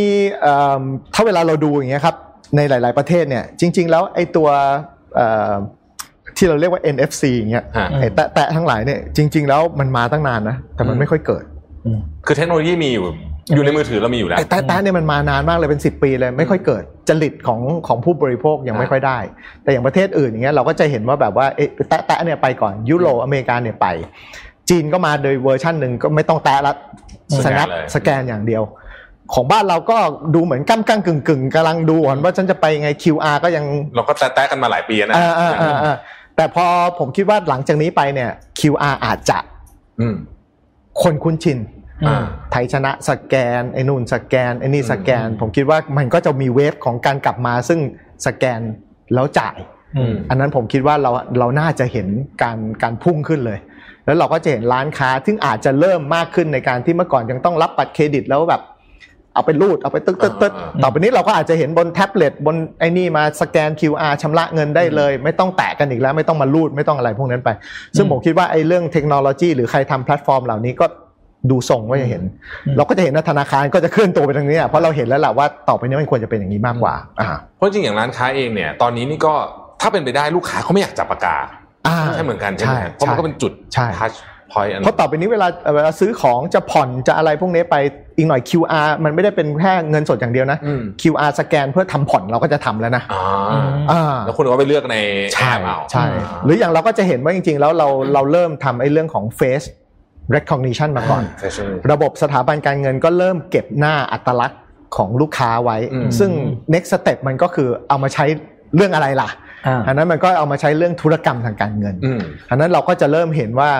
ถ้าเวลาเราดูอย่างเงี้ยครับในหลายๆประเทศเนี่ยจริงๆแล้วไอ้ตัวที่เราเรียกว่า NFC อย่างเงี้ยไอ้แตะทั้งหลายเนี่ยจริงๆแล้วมันมาตั้งนานนะแต่มันไม่ค่อยเกิดคือเทคโนโลยีมีอยู่ในมือถือเรามีอยู่แล้วแตะเนี่ยมันมานานมากเลยเป็น10ปีเลยไม่ค่อยเกิดจริตของผู้บริโภคยังไม่ค่อยได้แต่อย่างประเทศอื่นอย่างเงี้ยเราก็จะเห็นว่าแบบว่าแตะเนี่ยไปก่อนยุโรปอเมริกาเนี่ยไปจีนก็มาโดยเวอร์ชั่นนึงก็ไม่ต้องแตะละสแกนอย่างเดียวของบ้านเราก็ดูเหมือนก้ำกึ่งกำลังดูว่าฉันจะไปไง QR ก็ยังเราก็แตะกันมาหลายปีนะแต่พอผมคิดว่าหลังจากนี้ไปเนี่ย QR อาจจะคนคุ้นชินไทยชนะสแกนไอ้นู่นสแกนไอ้นี่สแกนผมคิดว่ามันก็จะมีเวฟของการกลับมาซึ่งสแกนแล้วจ่ายอันนั้นผมคิดว่าเราน่าจะเห็นการพุ่งขึ้นเลยแล้วเราก็จะเห็นร้านค้าซึ่งอาจจะเริ่มมากขึ้นในการที่เมื่อก่อนยังต้องรับบัตรเครดิตแล้วแบบเอาไปรูดเอาไปตึ๊ดต่อไปนี้เราก็อาจจะเห็นบนแท็บเล็ตบนไอ้นี่มาสแกน QR ชำระเงินได้เลยไม่ต้องแตะกันอีกแล้วไม่ต้องมารูดไม่ต้องอะไรพวกนั้นไปซึ่งผมคิดว่าไอ้เรื่องเทคโนโลยีหรือใครทำแพลตฟอร์มเหล่านี้ก็ดูทรงว่าจะเห็นเราก็จะเห็นว่าธนาคารก็จะเคลื่อนตัวไปทางนี้เพราะเราเห็นแล้วแหละว่าต่อไปนี้มันควรจะเป็นอย่างนี้มากกว่าเพราะจริงอย่างร้านค้าเองเนี่ยตอนนี้นี่ก็ถ้าเป็นไปได้ลูกค้าเขาไม่อยากจับปากกาใช่เหมือนกันใช่ไหมเพราะมันก็เป็นจุดทัชพอยต์เพราะต่อไปนี้เวลาซื้อของจะผ่อนจะอะไรพวกนี้ไปอีกหน่อย QR มันไม่ได้เป็นแค่เงินสดอย่างเดียวนะ QR สแกนเพื่อทำผ่อนเราก็จะทำแล้วนะแล้วคุณก็ไปเลือกในแอปเอาใช่หรืออย่างเราก็จะเห็นว่าจริงๆแล้วเราเริ่มทำไอ้เรื่องของ face recognition มาก่อนระบบสถาบันการเงินก็เริ่มเก็บหน้าอัตลักษณ์ของลูกค้าไว้ซึ่ง next step มันก็คือเอามาใช้เรื่องอะไรล่ะอันนั้นมันก็เอามาใช้เรื่องธุรกรรมทางการเงินอันนั้นเราก็จะเริ่มเห็นว่า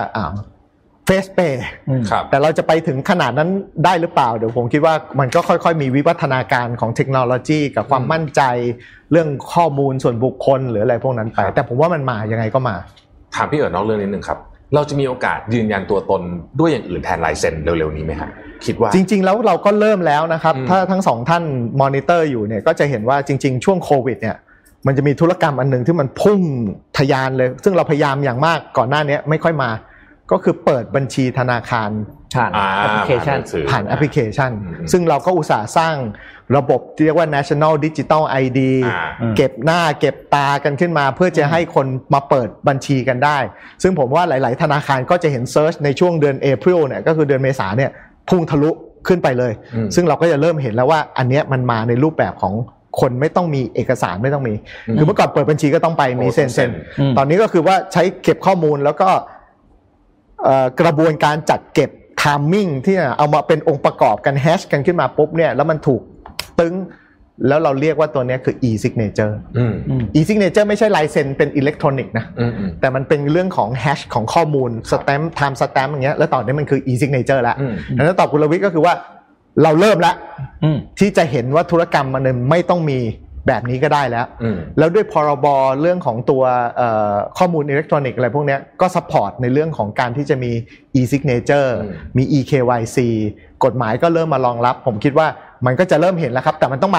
Face Pay แต่เราจะไปถึงขนาดนั้นได้หรือเปล่าเดี๋ยวผมคิดว่ามันก็ค่อยๆมีวิวัฒนาการของเทคโนโลยีกับความมั่นใจเรื่องข้อมูลส่วนบุคคลหรืออะไรพวกนั้นไปแต่ผมว่ามันมายังไงก็มาถามพี่นอกเรื่องนิดนึงครับเราจะมีโอกาสยืนยันตัวตนด้วยอย่างอื่นแทนลายเซ็นเร็วๆนี้ไหมครับคิดว่าจริงๆแล้วเราก็เริ่มแล้วนะครับถ้าทั้งสองท่านมอนิเตอร์อยู่เนี่ยก็จะเห็นว่าจริงๆช่วงโควิดเนี่ยมันจะมีธุรกรรมอันนึงที่มันพุ่งทะยานเลยซึ่งเราพยายามอย่างมากก่อนหน้านี้ไม่ค่อยมาก็คือเปิดบัญชีธนาคารผ่านแอปพลิเคชันซึ่งเราก็อุตส่าห์สร้างระบบที่เรียกว่า National Digital ID เก็บหน้าเก็บตากันขึ้นมาเพื่อจะให้คนมาเปิดบัญชีกันได้ซึ่งผมว่าหลายๆธนาคารก็จะเห็นเซิร์ชในช่วงเดือน April เนี่ยก็คือเดือนเมษาเนี่ยพุ่งทะลุขึ้นไปเลยซึ่งเราก็จะเริ่มเห็นแล้วว่าอันเนี้ยมันมาในรูปแบบของคนไม่ต้องมีเอกสารไม่ต้องมีคือเมื่อก่อนเปิดบัญชีก็ต้องไปมีเซ็นตอนนี้ก็คือว่าใช้เก็บข้อมูลแล้วก็กระบวนการจัดเก็บ timing ที่เอามาเป็นองค์ประกอบกันแฮชกันขึ้นมาปุ๊บเนี่ยแล้วมันถูกตึงแล้วเราเรียกว่าตัวนี้คือ e-signature e-signature ไม่ใช่ลายเซ็นเป็นอิเล็กทรอนิกส์นะแต่มันเป็นเรื่องของแฮชของข้อมูล stamp time stamp อย่างเงี้ยแล้วต่อนี้มันคือ e-signature แล้วแล้วตอบคุณรวิทย์ก็คือว่าเราเริ่มแล้วที่จะเห็นว่าธุรกรรมมันไม่ต้องมีแบบนี้ก็ได้แล้วด้วยพรบเรื่องของตัวข้อมูลอิเล็กทรอนิกส์อะไรพวกนี้ก็ซัพพอร์ตในเรื่องของการที่จะมี e-signature มี e-KYC กฎหมายก็เริ่มมารองรับผมคิดว่ามันก็จะเริ่มเห็นแล้วครับแต่มันต้องมา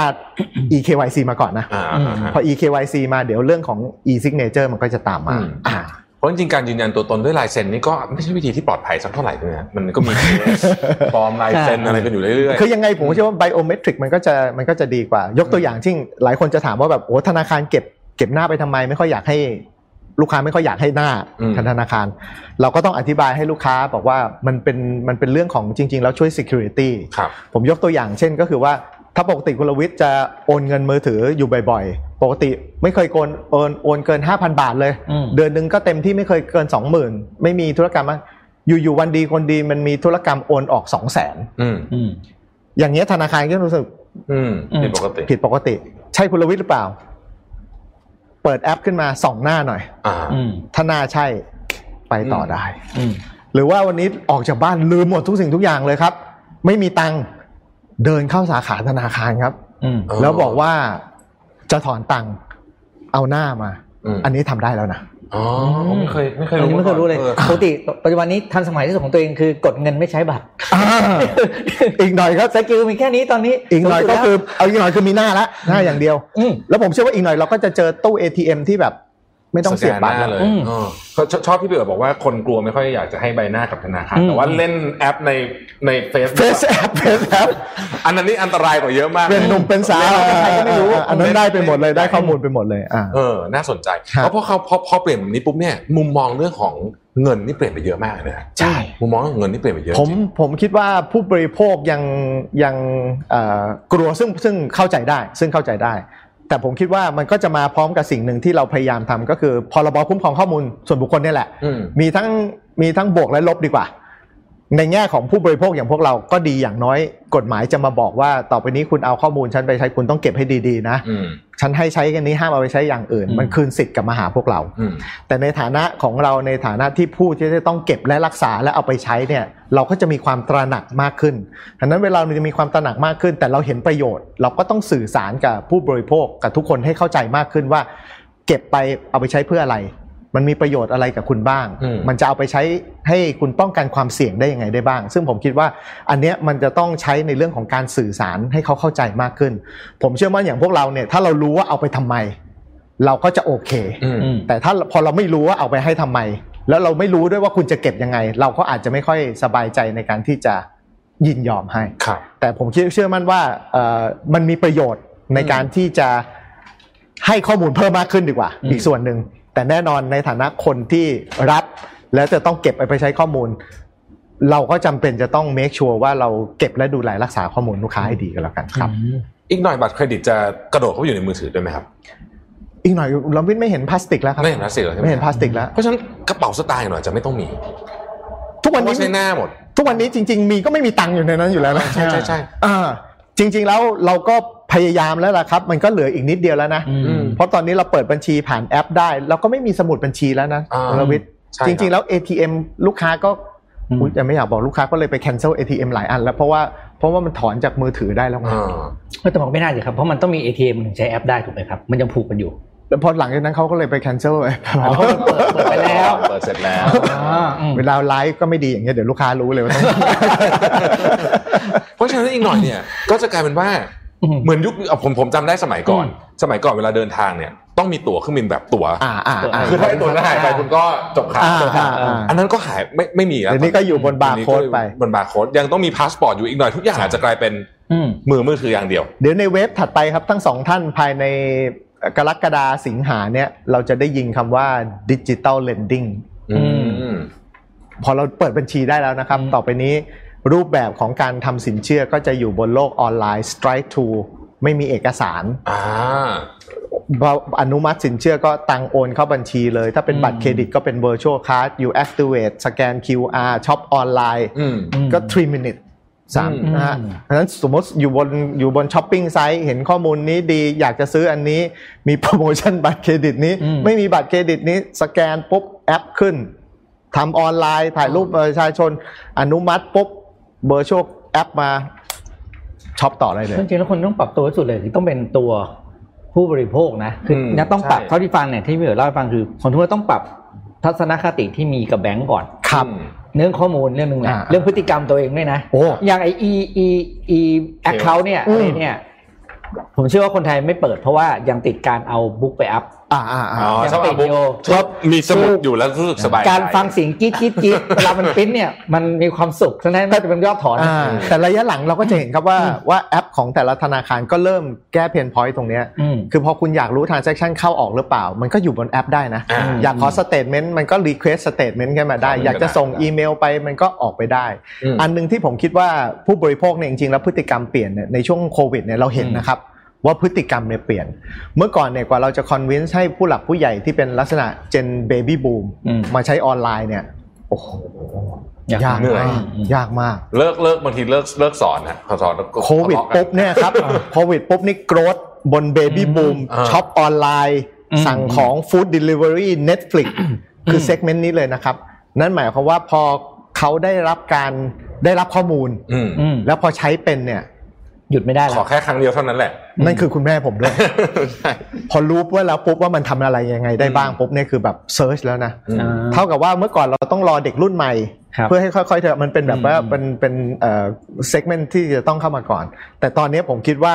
e-KYC มาก่อนนะพอ e-KYC มาเดี๋ยวเรื่องของ e-signature มันก็จะตามมาเพราะจริงๆการยืนยันตัวตนด้วยลายเซ็นนี่ก็ไม่ใช่วิธีที่ปลอดภัยสักเท่าไหร่ด้วยนะมันก็มีปลอมลายเซ็นอะไรกันอยู่เรื่อยๆคือยังไงผมเชื่อว่าไบโอเมตริกมันก็จะดีกว่ายกตัวอย่างที่หลายคนจะถามว่าแบบโอ้ธนาคารเก็บหน้าไปทำไมไม่ค่อยอยากให้ลูกค้าไม่ค่อยอยากให้หน้าธนาคารเราก็ต้องอธิบายให้ลูกค้าบอกว่ามันเป็นเรื่องของจริงๆแล้วช่วย security ผมยกตัวอย่างเช่นก็คือว่าถ้าปกติคุณรวิทย์จะโอนเงินมือถืออยู่บ่อยๆปกติไม่เคยโอนเกิน 5,000 บาทเลยเดือนนึงก็เต็มที่ไม่เคยเกิน 20,000 ไม่มีธุรกรรมอยู่ๆวันดีคนดีมันมีธุรกรรมโอนออก 200,000 อย่างเงี้ยธนาคารก็รู้สึกผิดปกติใช่คุณรวิทย์หรือเปล่าเปิดแอปขึ้นมาส่องหน้าหน่อยถ้าหน้าใช่ไปต่อได้หรือว่าวันนี้ออกจากบ้านลืมหมดทุกสิ่งทุกอย่างเลยครับไม่มีตังค์เดินเข้าสาขาธนาคารครับแล้วบอกว่าจะถอนตังค์เอาหน้ามาอันนี้ทำได้แล้วนะไม่เคยรู้เลยปกติปัจจุบันนี้ทันสมัยที่สุดของตัวเองคือกดเงินไม่ใช้บัตรอีกหน่อยก็สกิลมีแค่นี้ตอนนี้อีกหน่อยก็คือเอาอีกหน่อยคือมีหน้าละหน้าอย่างเดียวแล้วผมเชื่อว่าอีกหน่อยเราก็จะเจอตู้ ATM ที่แบบไม่ต้องเสียบบัตรเลยชอบที่พี่เอ๋บอกว่าคนกลัวไม่ค่อยอยากจะให้ใบหน้ากับธนาคารแต่ว่าเล่นแอปในเฟซแอปอันนั้นนี่อันตรายกว่าเยอะมากเป็นหนุ่มเป็นสาวใครก็ไม่รู้อันนั้นได้ไปหมดเลยได้ข้อมูลไปหมดเลยน่าสนใจเพราะพอเปลี่ยนนี้ปุ๊บเนี่ยมุมมองเรื่องของเงินนี่เปลี่ยนไปเยอะมากนะใช่มุมมองเงินนี่เปลี่ยนไปเยอะผมคิดว่าผู้บริโภคยังกลัวซึ่งเข้าใจได้แต่ผมคิดว่ามันก็จะมาพร้อมกับสิ่งหนึ่งที่เราพยายามทำก็คือพรบคุ้มครองข้อมูลส่วนบุคคลนี่แหละมีทั้งบวกและลบดีกว่าในแง่ของผู้บริโภคอย่างพวกเราก็ดีอย่างน้อยกฎหมายจะมาบอกว่าต่อไปนี้คุณเอาข้อมูลฉันไปใช้คุณต้องเก็บให้ดีๆนะฉันให้ใช้กันนี้ห้ามเอาไปใช้อย่างอื่นมันคืนสิทธิ์กลับมาหาพวกเราแต่ในฐานะของเราในฐานะที่ผู้ที่จะต้องเก็บและรักษาและเอาไปใช้เนี่ยเราก็จะมีความตระหนักมากขึ้นฉะนั้นเวลาเราจะมีความตระหนักมากขึ้นแต่เราเห็นประโยชน์เราก็ต้องสื่อสารกับผู้บริโภคกับทุกคนให้เข้าใจมากขึ้นว่าเก็บไปเอาไปใช้เพื่ออะไรมันมีประโยชน์อะไรกับคุณบ้างมันจะเอาไปใช้ให้คุณป้องกันความเสี่ยงได้ยังไงได้บ้างซึ่งผมคิดว่าอันเนี้ยมันจะต้องใช้ในเรื่องของการสื่อสารให้เขาเข้าใจมากขึ้นผมเชื่อว่าอย่างพวกเราเนี่ยถ้าเรารู้ว่าเอาไปทำไมเราก็จะโอเคแต่ถ้าพอเราไม่รู้ว่าเอาไปให้ทำไมแล้วเราไม่รู้ด้วยว่าคุณจะเก็บยังไงเราก็อาจจะไม่ค่อยสบายใจในการที่จะยินยอมให้แต่ผมเชื่อมั่นว่ามันมีประโยชน์ในการที่จะให้ข้อมูลเพิ่มมากขึ้นดีกว่าอีกส่วนนึงแต่แน่นอนในฐานะคนที่รับแล้วจะต้องเก็บไปใช้ข้อมูลเราก็จำเป็นจะต้อง make sure ว่าเราเก็บและดูแลรักษาข้อมูลลูกค้าให้ดีกันแล้วกันครับอีกหน่อยบัตรเครดิตจะกระโดดเข้าไปอยู่ในมือถือด้วยไหมครับอีกหน่อยเราไม่เห็นพลาสติกแล้วครับไม่เห็นพลาสติกแล้วใช่ไหมไม่เห็นพลาสติกแล้วเพราะฉะนั้นกระเป๋าสตางค์หน่อยจะไม่ต้องมีทุกวันนี้ใช้หน้าหมดทุกวันนี้จริงๆมีก็ไม่มีตังค์อยู่ในนั้นอยู่แล้วนะใช่จริงๆแล้วเราก็พยายามแล้วล่ะครับมันก็เหลืออีกนิดเดียวแล้วนะเพราะตอนนี้เราเปิดบัญชีผ่านแอปได้เราก็ไม่มีสมุดบัญชีแล้วนะรวิทย์จริงๆแล้ว ATM ลูกค้าก็จะไม่อยากบอกลูกค้าก็เลยไป cancel ATM หลายอันแล้วเพราะว่ามันถอนจากมือถือได้แล้วไงแต่บอกไม่น่าสิครับเพราะมันต้องมี ATM ถึงใช้แอปได้ถูกไหมครับมันยังผูกกันอยู่แล้วพอหลังจากนั้นเขาก็เลยไป cancel เปิดไปแล้วเปิดเสร็จแล้วเวลาไลฟ์ก็ไม่ดีอย่างเงี้ยเดี๋ยวลูกค้ารู้เลยว่าต้องเพราะฉะนั้นอีกหน่อยเนี่ยก็จะกลายเป็นว่าเหมือนยุคผมจำได้สมัยก่อนเวลาเดินทางเนี่ยต้องมีตั๋วเครื่องบินแบบตั๋วคือถ้าตั๋วนั้นหายไปคุณก็จบข่าวอันนั้นก็หายไม่มีแล้วเดี๋ยวนี้ก็อยู่บนบาร์โค้ดไปบนบาร์โค้ดยังต้องมีพาสปอร์ตอยู่อีกหน่อยทุกอย่างอาจจะกลายเป็นมือถืออย่างเดียวเดี๋ยวในเว็บถัดไปครับทั้งสองท่านภายในกรกฎาคมสิงหาเนี่ยเราจะได้ยินคำว่า Digital Lending พอเราเปิดบัญชีได้แล้วนะครับต่อไปนี้รูปแบบของการทำสินเชื่อก็จะอยู่บนโลกออนไลน์ Strike to ไม่มีเอกสารอนุมัติสินเชื่อก็ตังโอนเข้าบัญชีเลยถ้าเป็นบัตรเครดิตก็เป็น Virtual Card you activate สแกน QR ช็อปออนไลน์ก็3 minutes นะฮะเพราะฉะนั้นสมมติอยู่บนช้อปปิ้งไซต์เห็นข้อมูลนี้ดีอยากจะซื้ออันนี้มีโปรโมชั่นบัตรเครดิตนี้ไม่มีบัตรเครดิตนี้สแกนปุ๊บแอปขึ้นทำออนไลน์ถ่ายรูปประชาชนอนุมัติปุ๊บเบอร์โชคแอปมาช็อปต่อได้เลยจริงๆแล้วคนต้องปรับตัวที่สุดเลยต้องเป็นตัวผู้บริโภคนะคือเนี่ยต้องปรับเท่าที่ฟังเนี่ยที่พี่เอ๋เล่าให้ฟังคือคนทั่วต้องปรับทัศนคติที่มีกับแบงก์ก่อนครับเรื่องข้อมูลเรื่องนึงแหละเรื่องพฤติกรรมตัวเองด้วยนะอย่างไอ้ e account เนี่ยอะไรเนี่ยผมเชื่อว่าคนไทยไม่เปิดเพราะว่ายังติดการเอาบุ๊กไปอัพชอบเอาบุ๊กชอบมีสมุดอยู่แล้วรู้สึกสบายการฟังเสียงจี๊ดเวลามันปริ้นเนี่ยมันมีความสุขฉะนั้นน่าจะเป็นยอดถอนแต่ระยะหลังเราก็จะเห็นครับว่าแอปของแต่ละธนาคารก็เริ่มแก้เพนพอยต์ตรงนี้คือพอคุณอยากรู้ transaction เข้าออกหรือเปล่ามันก็อยู่บนแอปได้นะอยากขอ statement มันก็ request statement ขึ้นมาได้อยากจะส่งอีเมลไปมันก็ออกไปได้อันนึงที่ผมคิดว่าผู้บริโภคเนี่ยจริงๆแล้วพฤติกรรมเปลี่ยนในช่วงโควิดเนี่ยเราเห็นนะครับว่าพฤติกรรมเนี่ยเปลี่ยนเมื่อก่อนเนี่ยกว่าเราจะคอนวินส์ให้ผู้หลักผู้ใหญ่ที่เป็นลักษณะเจนเบบี้บูมมาใช้ออนไลน์เนี่ยโอ้โหยากมากเลิกบางทีเลิกสอนนะสอนโควิดปุ๊บเนี่ยครับโควิดปุ๊บนี่โกรธบนเบบี้บูมช็อปออนไลน์สั่งของฟู้ดเดลิเวอรี่ Netflix คือเซกเมนต์นี้เลยนะครับนั่นหมายความว่าพอเขาได้รับข้อมูลแล้วพอใช้เป็นเนี่ยหยุดไม่ได้ขอแค่ครั้งเดียวเท่านั้นแหละนั่นคือคุณแม่ผมด้วย พอรู้ว่าแล้วปุ๊บว่ามันทำอะไรยังไงได้บ้างปุ๊บเนี่ยคือแบบเซิร์ชแล้วนะเท่ากับว่าเมื่อก่อนเราต้องรอเด็กรุ่นใหม่เพื่อให้ค่อยๆเถอะมันเป็นแบบว่าเป็นเซกเมนต์ที่จะต้องเข้ามาก่อนแต่ตอนนี้ผมคิดว่า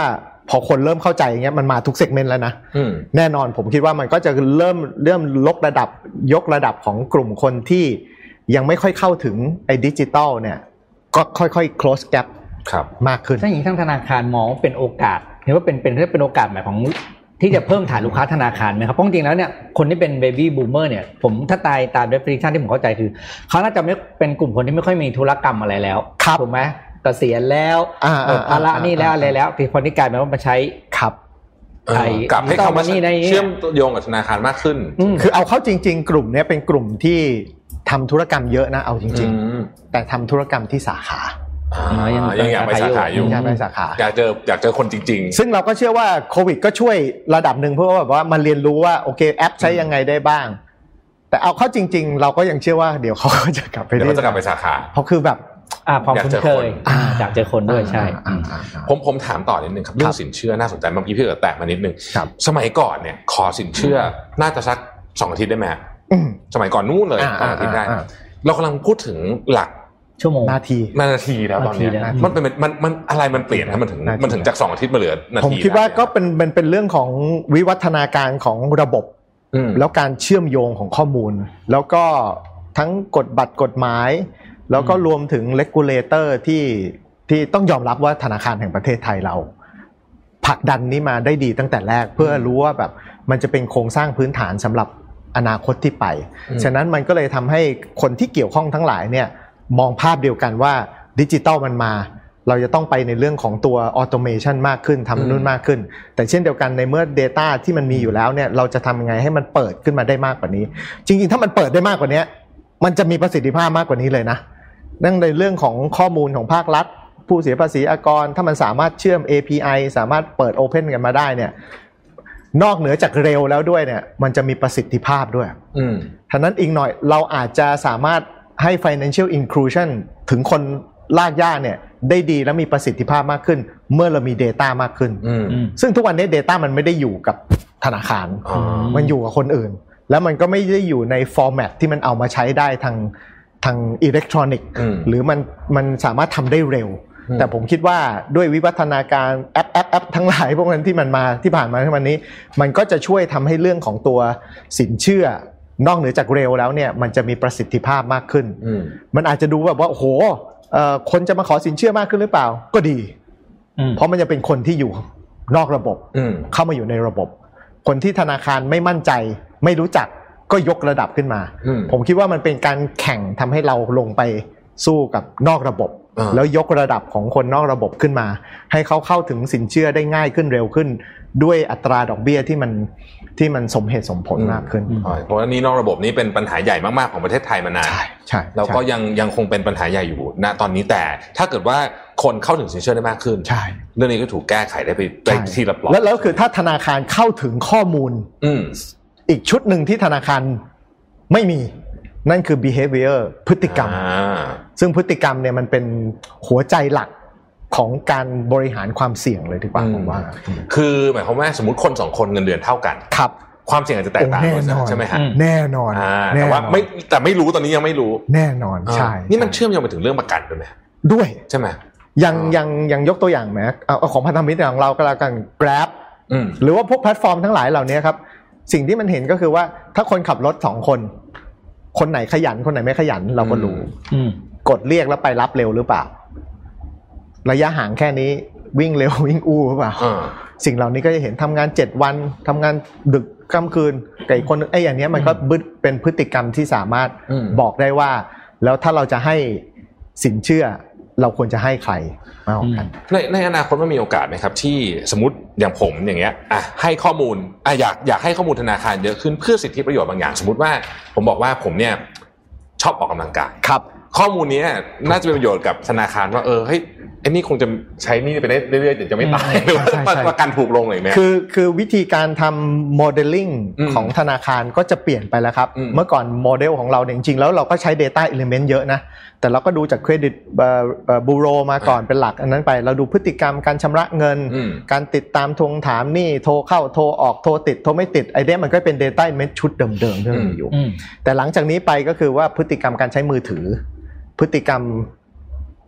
พอคนเริ่มเข้าใจอย่างเงี้ยมันมาทุกเซกเมนต์แล้วนะแน่นอนผมคิดว่ามันก็จะเริ่มยกระดับของกลุ่มคนที่ยังไม่ค่อยเข้าถึงไอ้ดิจิตอลเนี่ยก็ค่อยๆ close gap มากขึ้นถ้าอย่างนี้ทางธนาคารมองเป็นโอกาสเห็นว่าเป็นโอกาสใหม่ของที่จะเพิ่มฐานลูกค้าธนาคารไหมครับเพราะจริงๆแล้วเนี่ยคนที่เป็น baby boomer เนี่ยผมถ้าตาม definition ที่ผมเข้าใจคือเขาน่าจะไม่เป็นกลุ่มคนที่ไม่ค่อยมีธุรกรรมอะไรแล้วถูกไหมเกษียณแล้วภาระนี่แล้วอะไรแล้วที่คนที่กลายเป็นว่ามาใช้กลับให้เขามาเชื่อมโยงกับธนาคารมากขึ้นคือเอาเข้าจริงๆกลุ่มนี้เป็นกลุ่มที่ทำธุรกรรมเยอะนะเอาจริงๆแต่ทำธุรกรรมที่สาขายังอยากไปสาขาอยู่อยากเจอคนจริงๆซึ่งเราก็เชื่อว่าโควิดก็ช่วยระดับหนึ่งเพื่อแบบว่ามันเรียนรู้ว่าโอเคแอปใช้ยังไงได้บ้างแต่เอาเข้าจริงๆเราก็ยังเชื่อว่าเดี๋ยวเขาก็จะกลับไปสาขาเพราะคือแบบความคุ้นเคยอยากเจอคนด้วยใช่ผมถามต่อนิดนึงครับเรื่องสินเชื่อน่าสนใจเมื่อกี้พี่แตะมานิดนึงสมัยก่อนเนี่ยขอสินเชื่อน่าจะสัก2 อาทิตย์ได้ไหมสมัยก่อนนู่นเลย2 อาทิตย์ได้เรากำลังพูดถึงหลักชั่วโมงนาทีแล้วตอนนี้มันเป็นมันอะไรมันเปลี่ยนครับมันถึงจาก2 อาทิตย์มาเหลือนาทีผมคิดว่าก็เป็นเรื่องของวิวัฒนาการของระบบแล้วการเชื่อมโยงของข้อมูลแล้วก็ทั้งกฎหมายแล้วก็รวมถึง regulator ที่ต้องยอมรับว่าธนาคารแห่งประเทศไทยเราผลักดันนี้มาได้ดีตั้งแต่แรกเพื่อรู้ว่าแบบมันจะเป็นโครงสร้างพื้นฐานสำหรับอนาคตที่ไปฉะนั้นมันก็เลยทำให้คนที่เกี่ยวข้องทั้งหลายเนี่ยมองภาพเดียวกันว่าดิจิตอลมันมาเราจะต้องไปในเรื่องของตัวออโตเมชันมากขึ้นทำนู่นมากขึ้นแต่เช่นเดียวกันในเมื่อ data ที่มันมีอยู่แล้วเนี่ยเราจะทำยังไงให้มันเปิดขึ้นมาได้มากกว่านี้จริงๆถ้ามันเปิดได้มากกว่านี้มันจะมีประสิทธิภาพมากกว่านี้เลยนะนั่นในเรื่องของข้อมูลของภาครัฐผู้เสียภาษีอากรถ้ามันสามารถเชื่อม API สามารถเปิด Open กันมาได้เนี่ยนอกเหนือจากเร็วแล้วด้วยเนี่ยมันจะมีประสิทธิภาพด้วยฉะนั้นอีกหน่อยเราอาจจะสามารถให้ financial inclusion ถึงคนลากย่าเนี่ยได้ดีและมีประสิทธิภาพมากขึ้นเมื่อเรามี data มากขึ้นซึ่งทุกวันนี้ data มันไม่ได้อยู่กับธนาคารมันอยู่กับคนอื่นแล้วมันก็ไม่ได้อยู่ใน format ที่มันเอามาใช้ได้ทางอิเล็กทรอนิกส์หรือมันสามารถทำได้เร็วแต่ผมคิดว่าด้วยวิวัฒนาการแอปทั้งหลายพวกนั้นที่มันมาที่ผ่านมาทั้งวันนี้มันก็จะช่วยทำให้เรื่องของตัวสินเชื่อนอกเหนือจากเร็วแล้วเนี่ยมันจะมีประสิทธิภาพมากขึ้นมันอาจจะดูแบบว่าโอ้โหคนจะมาขอสินเชื่อมากขึ้นหรือเปล่าก็ดีเพราะมันจะเป็นคนที่อยู่นอกระบบเข้ามาอยู่ในระบบคนที่ธนาคารไม่มั่นใจไม่รู้จักก็ยกระดับขึ้นมาผมคิดว่ามันเป็นการแข่งทำให้เราลงไปสู้กับนอกระบบแล้วยกระดับของคนนอกระบบขึ้นมาให้เขาเข้าถึงสินเชื่อได้ง่ายขึ้นเร็วขึ้นด้วยอัตราดอกเบี้ยที่มันสมเหตุสมผลมากขึ้นเพราะว่านี่นอกระบบนี้เป็นปัญหาใหญ่มากๆของประเทศไทยมานานใช่แล้วก็ยังคงเป็นปัญหาใหญ่อยู่ณตอนนี้แต่ถ้าเกิดว่าคนเข้าถึงสินเชื่อได้มากขึ้นเรื่องนี้ก็ถูกแก้ไขได้ไปที่ละปลอดแล้วคือถ้าธนาคารเข้าถึงข้อมูลอีกชุดหนึ่งที่ธนาคารไม่มีนั่นคือ behavior พฤติกรรมซึ่งพฤติกรรมเนี่ยมันเป็นหัวใจหลักของการบริหารความเสี่ยงเลยดีกว่าผมว่าคือหมายความว่าสมมุติคน2 คนเงินเดือนเท่ากันครับความเสี่ยงอาจจะแตกต่างกันใช่ไหมฮะแน่นอนแต่ว่าไม่รู้ตอนนี้ยังไม่รู้แน่นอนใช่นี่มันเชื่อมโยงไปถึงเรื่องประกันด้วยไหมด้วยใช่ไหมยังยกตัวอย่างไหมเอาของพันธมิตรของเราก็แล้วกัน Grab หรือว่าพวกแพลตฟอร์มทั้งหลายเหล่านี้ครับสิ่งที่มันเห็นก็คือว่าถ้าคนขับรถ2 คนไหนขยันคนไหนไม่ขยันเราก็รู้กดเรียกแล้วไปรับเร็วหรือเปล่าระยะห่างแค่นี้วิ่งเร็ววิ่งอู้หรือเปล่าสิ่งเหล่านี้ก็จะเห็นทำงาน7 วันทำงานดึกค่ำคืนกับอีกคนอย่างนี้มันก็เป็นพฤติกรรมที่สามารถบอกได้ว่าแล้วถ้าเราจะให้สินเชื่อเราควรจะให้ใครมาออกกันในอนาคตมันมีโอกาสไหมครับที่สมมติอย่างผมอย่างเงี้ยให้ข้อมูลอยากให้ข้อมูลธนาคารเยอะขึ้นเพื่อสิทธิประโยชน์บางอย่างสมมติว่าผมบอกว่าผมเนี่ยชอบออกกำลังกายครับข้อมูลนี้น่าจะเป็นประโยชน์กับธนาคารว่าเฮ้ยไอ้นี่คงจะใช้นี่ไปได้เรื่อยๆเดี๋ยวจะไม่ตายหรือว่าประกันถูกลงเลยเนี่ยคือวิธีการทำโมเดลลิ่งของธนาคารก็จะเปลี่ยนไปแล้วครับเมื่อก่อนโมเดลของเราจริงๆแล้วเราก็ใช้ data element เยอะนะแต่เราก็ดูจากเครดิตบูโรมาก่อนเป็นหลักอันนั้นไปเราดูพฤติกรรมการชำระเงินการติดตามทวงถามหนี้โทรเข้าโทรออกโทรติดโทรไม่ติดไอ้เนี่ยมันก็เป็น data element ชุดเดิมๆที่มีอยู่แต่หลังจากนี้ไปก็คือว่าพฤติกรรมการใช้มือถือพฤติกรรม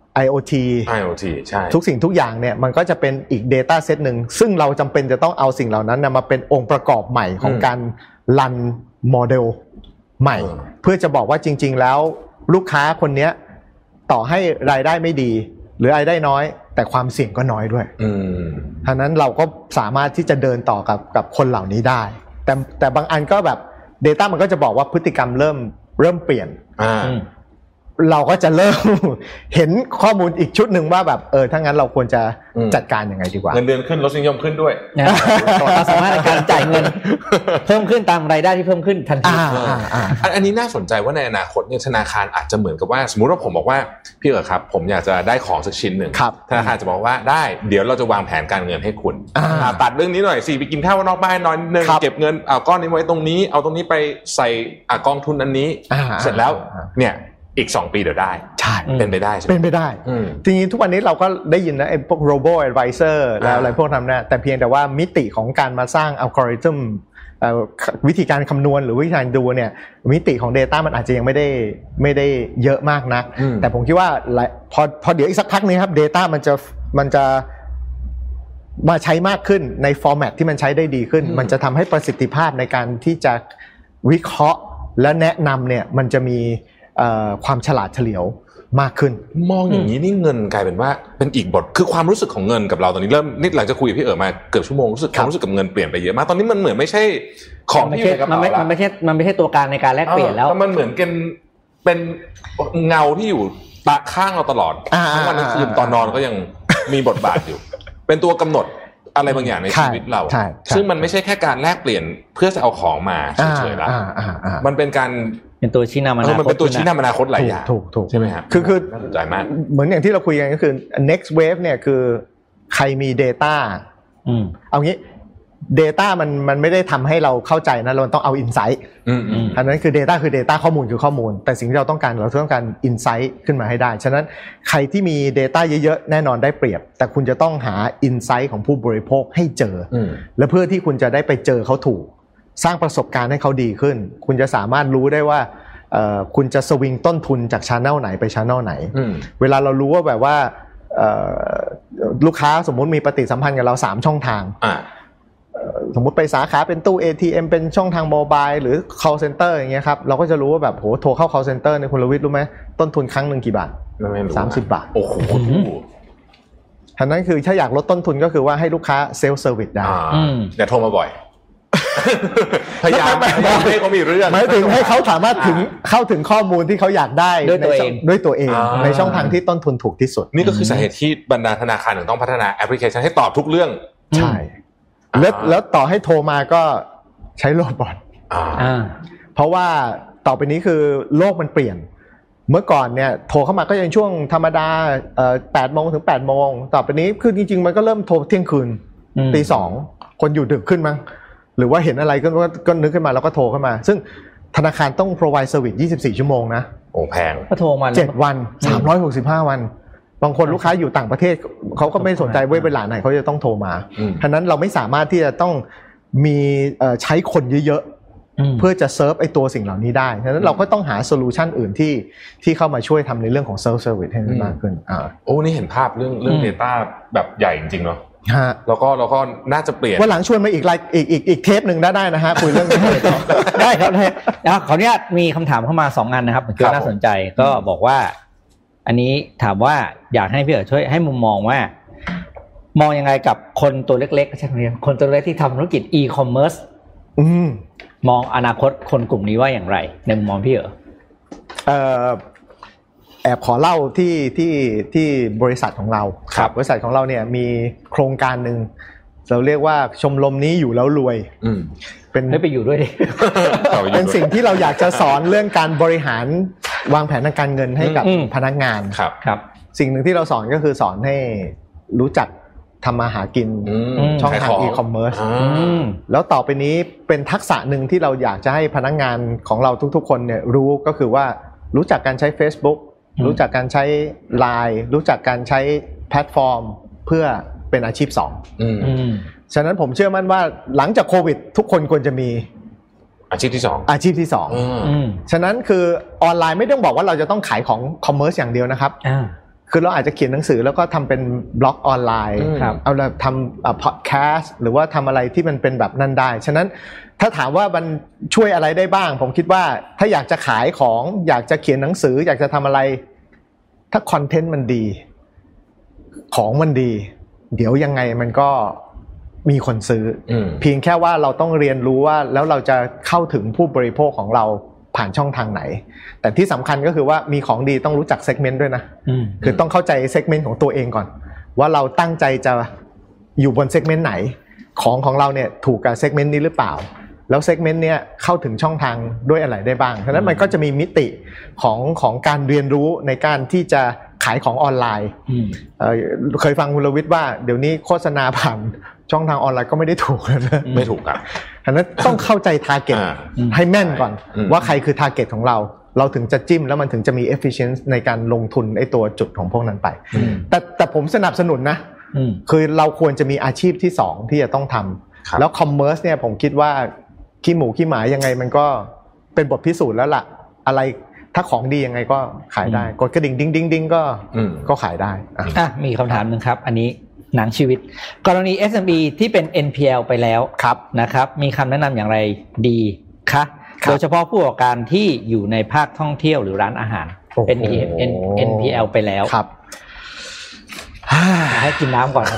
IoT ใช่ทุกสิ่งทุกอย่างเนี่ยมันก็จะเป็นอีก data set นึงซึ่งเราจำเป็นจะต้องเอาสิ่งเหล่านั้นมาเป็นองค์ประกอบใหม่ของการรันโมเดลใหม่เพื่อจะบอกว่าจริงๆแล้วลูกค้าคนนี้ต่อให้รายได้ไม่ดีหรือรายได้น้อยแต่ความเสี่ยงก็น้อยด้วยฉะนั้นเราก็สามารถที่จะเดินต่อกับคนเหล่านี้ได้แต่บางอันก็แบบ data มันก็จะบอกว่าพฤติกรรมเริ่มเปลี่ยนเราก็จะเริ่มเห็นข้อมูลอีกชุดหนึ่งว่าแบบถ้างั้นเราควรจะจัดการยังไงดีกว่าเงินเดือนขึ้นรสนิยมขึ้นด้วยเราสามารถในการจ่ายเงินเพิ่มขึ้นตามรายได้ที่เพิ่มขึ้นทันทีอันนี้น่าสนใจว่าในอนาคตเนี่ยธนาคารอาจจะเหมือนกับว่าสมมุติว่าผมบอกว่าพี่ครับผมอยากจะได้ของสักชิ้นหนึ่งธนาคารจะบอกว่าได้เดี๋ยวเราจะวางแผนการเงินให้คุณตัดเรื่องนี้หน่อยสิไปกินข้าวนอกบ้านน้อยนึงเก็บเงินเอาก้อนนี้ไว้ตรงนี้เอาตรงนี้ไปใส่กองทุนอันนี้เสร็จแล้วเนี่ยอีก2ปีเดี๋ยวได้ใช่เป็นไปได้ใช่ไหมเป็นไปได้จริงๆทุกวันนี้เราก็ได้ยินนะไอ้พวก robo advisor แล้วอะไรพวกนั้นนะแต่เพียงแต่ว่ามิติของการมาสร้างอัลกอริทึมวิธีการคำนวณหรือวิธีการดูเนี่ยมิติของ data มันอาจจะยังไม่ได้เยอะมากนักแต่ผมคิดว่าพอเดี๋ยวอีกสักพักนึงครับ data มันจะมาใช้มากขึ้นในฟอร์แมตที่มันใช้ได้ดีขึ้นมันจะทำให้ประสิทธิภาพในการที่จะวิเคราะห์และแนะนำเนี่ยมันจะมีความฉลาดเฉลียวมากขึ้นมองอย่างนี้นี่เงินกลายเป็นว่าเป็นอีกบทคือความรู้สึกของเงินกับเราตอนนี้เริ่มนี่หลังจากคุยกับพี่มาเกือบชั่วโมงรู้สึกความรู้สึกกับเงินเปลี่ยนไปเยอะมากตอนนี้มันเหมือนไม่ใช่ของที่อยู่ในกระเป๋ามันไม่ใช่ตัวกลางในการแลกเปลี่ยนแล้วมันเหมือนกันเป็นเงาที่อยู่ตาข้างเราตลอดทั้งวันทั้งคืนตอนนอนก็ยังมีบทบาทอยู่เป็นตัวกำหนดอะไรบางอย่างในชีวิตเราซึ่งมันไม่ใช่แค่การแลกเปลี่ยนเพื่อจะเอาของมาเฉยๆแล้วมันเป็นการเป็นตัวชี้นำอนาคตมันเป็นตัวชี้นำอนาคตหลายอย่างถูกใช่ไหมครับคือน่าสนใจมากเหมือนอย่างที่เราคุยกันก็คือ next wave เนี่ยคือใครมี data เอางี้ data มันไม่ได้ทำให้เราเข้าใจนะเราต้องเอา insight อันนั้นคือ data คือ data ข้อมูลคือข้อมูลแต่สิ่งที่เราต้องการinsight ขึ้นมาให้ได้ฉะนั้นใครที่มี data เยอะๆแน่นอนได้เปรียบแต่คุณจะต้องหา insight ของผู้บริโภคให้เจอและเพื่อที่คุณจะได้ไปเจอเขาถูกสร้างประสบการณ์ให้เขาดีขึ้นคุณจะสามารถรู้ได้ว่าคุณจะสวิงต้นทุนจาก channel ไหนไป channel ไหนเวลาเรารู้ว่าแบบว่าลูกค้าสมมุติมีปฏิสัมพันธ์กับเรา3ช่องทางสมมุติไปสาขาเป็นตู้ ATM เป็นช่องทางโมบายหรือ call center อย่างเงี้ยครับเราก็จะรู้ว่าแบบโหโทรเข้า call center ในคุณรวิทย์รู้ไหมต้นทุนครั้งนึงกี่บาท30 บาทโอ้โหฉะนั้นคือถ้าอยากลดต้นทุนก็คือว่าให้ลูกค้าเซลฟ์เซอร์วิสได้อย่าโทรมาบ่อยพยายามให้เขามีเรื่องหมายถึงให้เขาสามารถเข้าถึงข้อมูลที่เขาอยากได้ด้วยตัวเองในช่องทางที่ต้นทุนถูกที่สุดนี่ก็คือสาเหตุที่บรรดาธนาคารถึงต้องพัฒนาแอปพลิเคชันให้ตอบทุกเรื่องใช่แล้วต่อให้โทรมาก็ใช้โรบอทเพราะว่าต่อไปนี้คือโลกมันเปลี่ยนเมื่อก่อนเนี่ยโทรเข้ามาก็ยังช่วงธรรมดา8 โมงถึง 8 โมงต่อไปนี้คือจริงๆมันก็เริ่มโทรเที่ยงคืน 2:00 คนอยู่ดึกขึ้นมั้งหรือว่าเห็นอะไรก็นึกขึ้นมาแล้วก็โทรเข้ามาซึ่งธนาคารต้อง provide service 24 ชั่วโมงนะโอ้แพงก็โทรมา 7 วัน365 วันบางคนลูกค้าอยู่ต่างประเทศเขาก็ไม่สนใจเวลาไหนเขาจะต้องโทรมาฉะนั้นเราไม่สามารถที่จะต้องมีใช้คนเยอะๆเพื่อจะเซิร์ฟไอ้ตัวสิ่งเหล่านี้ได้ฉะนั้นเราก็ต้องหาโซลูชันอื่นที่เข้ามาช่วยทำในเรื่องของเซลฟ์เซอร์วิสให้มากขึ้นโอ้นี่เห็นภาพเรื่อง data แบบใหญ่จริงๆเนาะแล้วก็น่าจะเปลี่ยนวันหลังชวนมาอีกเทปนึงได้นะฮะคุยเรื่องนี้ได้ครับขออนุญาตมีคำถามเข้ามา2อันนะครับผมคิดว่าน่าสนใจก็บอกว่าอันนี้ถามว่าอยากให้พี่ช่วยให้มุมมองว่ามองยังไงกับคนตัวเล็กๆใช่ไหมคนตัวเล็กที่ทำธุรกิจ e-commerce มองอนาคตคนกลุ่มนี้ว่าอย่างไรในมุมมองพี่แอบขอเล่าที่บริษัทของเราบริษัทของเราเนี่ยมีโครงการนึงเราเรียกว่าชมรมนี้อยู่แล้วรวยเป็นให้ไปอยู่ด้วยดิเป็นสิ่งที่เราอยากจะสอนเรื่องการบริหารวางแผนทางการเงินให้กับพนักงานครับสิ่งหนึ่งที่เราสอนก็คือสอนให้รู้จักทำมาหากินช่องทาง e-commerce แล้วต่อไปนี้เป็นทักษะหนึ่งที่เราอยากจะให้พนักงานของเราทุกๆคนเนี่ยรู้ก็คือว่ารู้จักการใช้ Facebook รู้จักการใช้ LINE รู้จักการใช้แพลตฟอร์มเพื่อเป็นอาชีพ2ฉะนั้นผมเชื่อมั่นว่าหลังจากโควิดทุกคนควรจะมีอาชีพที่2ฉะนั้นคือออนไลน์ไม่ต้องบอกว่าเราจะต้องขายของคอมเมอร์สอย่างเดียวนะครับคือเราอาจจะเขียนหนังสือแล้วก็ทำเป็นบล็อกออนไลน์เอาละทำพอดแคสต์หรือว่าทำอะไรที่มันเป็นแบบนั้นได้ฉะนั้นถ้าถามว่ามันช่วยอะไรได้บ้างผมคิดว่าถ้าอยากจะขายของอยากจะเขียนหนังสืออยากจะทำอะไรถ้าคอนเทนต์มันดีของมันดีเดี๋ยวยังไงมันก็มีคนซื้อเพียงแค่ว่าเราต้องเรียนรู้ว่าแล้วเราจะเข้าถึงผู้บริโภคของเราผ่านช่องทางไหนแต่ที่สำคัญก็คือว่ามีของดีต้องรู้จักเซกเมนต์ด้วยนะคือต้องเข้าใจเซกเมนต์ของตัวเองก่อนว่าเราตั้งใจจะอยู่บนเซกเมนต์ไหนของเราเนี่ยถูกกับเซกเมนต์นี้หรือเปล่าแล้วเซกเมนต์เนี้ยเข้าถึงช่องทางด้วยอะไรได้บ้างฉะนั้นมันก็จะมีมิติของการเรียนรู้ในการที่จะขายของออนไลน์เคยฟังคุณรวิทย์ว่าเดี๋ยวนี้โฆษณาผ่านช่องทางออนไลน์ก็ไม่ได้ถูกนะไม่ถูกครับฉะนั้นต้องเข้าใจทาร์เก็ตให้แม่นก่อนว่าใครคือทาร์เก็ตของเราถึงจะจิ้มแล้วมันถึงจะมี efficiency ในการลงทุนไอ้ตัวจุดของพวกนั้นไปแต่ผมสนับสนุนนะคือเราควรจะมีอาชีพที่2ที่จะต้องทำแล้วคอมเมอร์สเนี่ยผมคิดว่าขี้หมูขี้หมายังไงมันก็เป็นบทพิสูจน์แล้วล่ะอะไรถ้าของดียังไงก็ขายได้กดกระดิ่งดิ้งก็ขายได้มีคำถามนึงครับอันนี้หนังชีวิตกรณี SME ที่เป็น NPL ไปแล้วนะครับมีคำแนะนำอย่างไรดีคะโดยเฉพาะผู้ประกอบการที่อยู่ในภาคท่องเที่ยวหรือร้านอาหารเป็น NPL ไปแล้วครับให้กินน้ำก่อน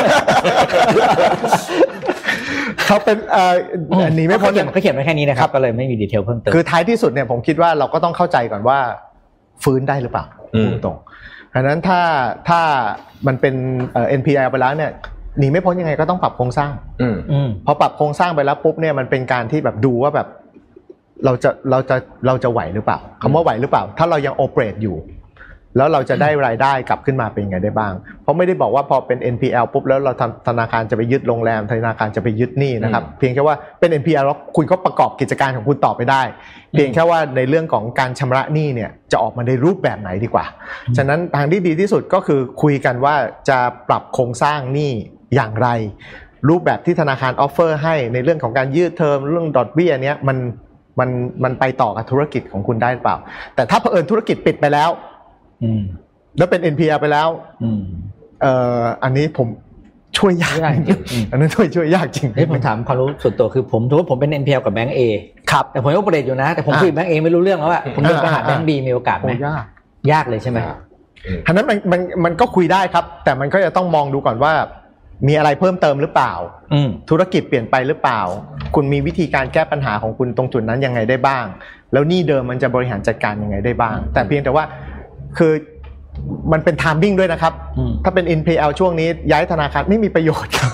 เขาเป็นอันนี้ไม่พ้นเขาเขียนไว้แค่นี้นะครับก็เลยไม่มีดีเทลเพิ่มเติมคือท้ายที่สุดเนี่ยผมคิดว่าเราก็ต้องเข้าใจก่อนว่าฟื้นได้หรือเปล่าพูดตรงฉะนั้นถ้ามันเป็นNPL ไปแล้วเนี่ยหนีไม่พ้นยังไงก็ต้องปรับโครงสร้างพอปรับโครงสร้างไปแล้วปุ๊บเนี่ยมันเป็นการที่แบบดูว่าแบบเราจะไหวหรือเปล่าคำว่าไหวหรือเปล่าถ้าเรายังโอเปเรตอยู่แล้วเราจะได้รายได้กลับขึ้นมาเป็นไงได้บ้างเพราะไม่ได้บอกว่าพอเป็น NPL ปุ๊บแล้วเราธนาคารจะไปยึดโรงแรมธนาคารจะไปยึดหนี้นะครับเพียงแค่ว่าเป็น NPL แล้วคุณก็ประกอบกิจการของคุณต่อไปได้เพียงแค่ว่าในเรื่องของการชำระหนี้เนี่ยจะออกมาในรูปแบบไหนดีกว่าฉะนั้นทางที่ดีที่สุดก็คือคุยกันว่าจะปรับโครงสร้างหนี้อย่างไรรูปแบบที่ธนาคารออฟเฟอร์ให้ในเรื่องของการยืดเทอมเรื่องดอกเบี้ยเนี้ยมันไปต่อกับธุรกิจของคุณได้หรือเปล่าแต่ถ้าเผอิญธุรกิจปิดไปแล้วแล้วเป็น NPL ไปแล้วอันนี้ผมช่วยยากอันนั้นช่วยยากจริงผมถามความรู้ส่วนตัวคือผมถือว่าผมเป็น NPL กับแบงก์ A ครับแต่ผมโอเปเรตอยู่นะแต่ผมคุยแบงก์ A ไม่รู้เรื่องแล้วอ่ะผมเดินไปหาแบงก์ B มีโอกาสมั้ยยากเลยใช่มั้ยฉะนั้นมันก็คุยได้ครับแต่มันก็จะต้องมองดูก่อนว่ามีอะไรเพิ่มเติมหรือเปล่าธุรกิจเปลี่ยนไปหรือเปล่าคุณมีวิธีการแก้ปัญหาของคุณตรงจุดนั้นยังไงได้บ้างแล้วหนี้เดิมมันจะบริหารจัดการยังไงได้บ้างแต่เพียงแต่ว่าคือมันเป็นไทมิ่งด้วยนะครับถ้าเป็น NPL ช่วงนี้ย้ายธนาคารไม่มีประโยชน์ครับ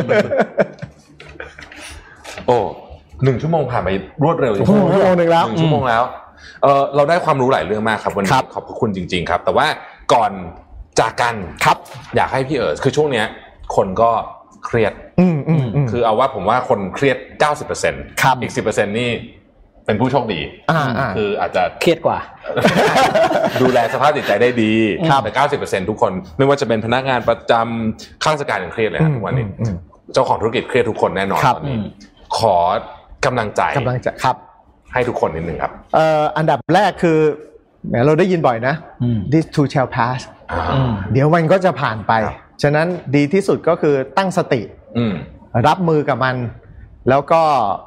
โอ้1ชั่วโมงผ่านไปรวดเร็ว 1ชั่วโมงนึงแล้ว 1ชั่วโมงแล้วเราได้ความรู้หลายเรื่องมากครับวันนี้ขอบคุณจริงๆครับแต่ว่าก่อนจากกันครับอยากให้พี่คือช่วงเนี้ยคนก็เครียดคือเอาว่าผมว่าคนเครียด 90% อีก 10% นี่เป็นผู้โชคดีคืออาจจะเครียดกว่าดูแลสภาพจิตใจได้ดีแต่ 90% ทุกคนไม่ว่าจะเป็นพนักงานประจำข้าราชการยังเครียดเลยทุกวันนี้เจ้าของธุรกิจเครียดทุกคนแน่นอนตอนนี้ขอกำลังใจครับให้ทุกคนนิดนึงครับอันดับแรกคือแหมเราได้ยินบ่อยนะ this too shall pass เดี๋ยวมันก็จะผ่านไปฉะนั้นดีที่สุดก็คือตั้งสติรับมือกับมันแล้วก็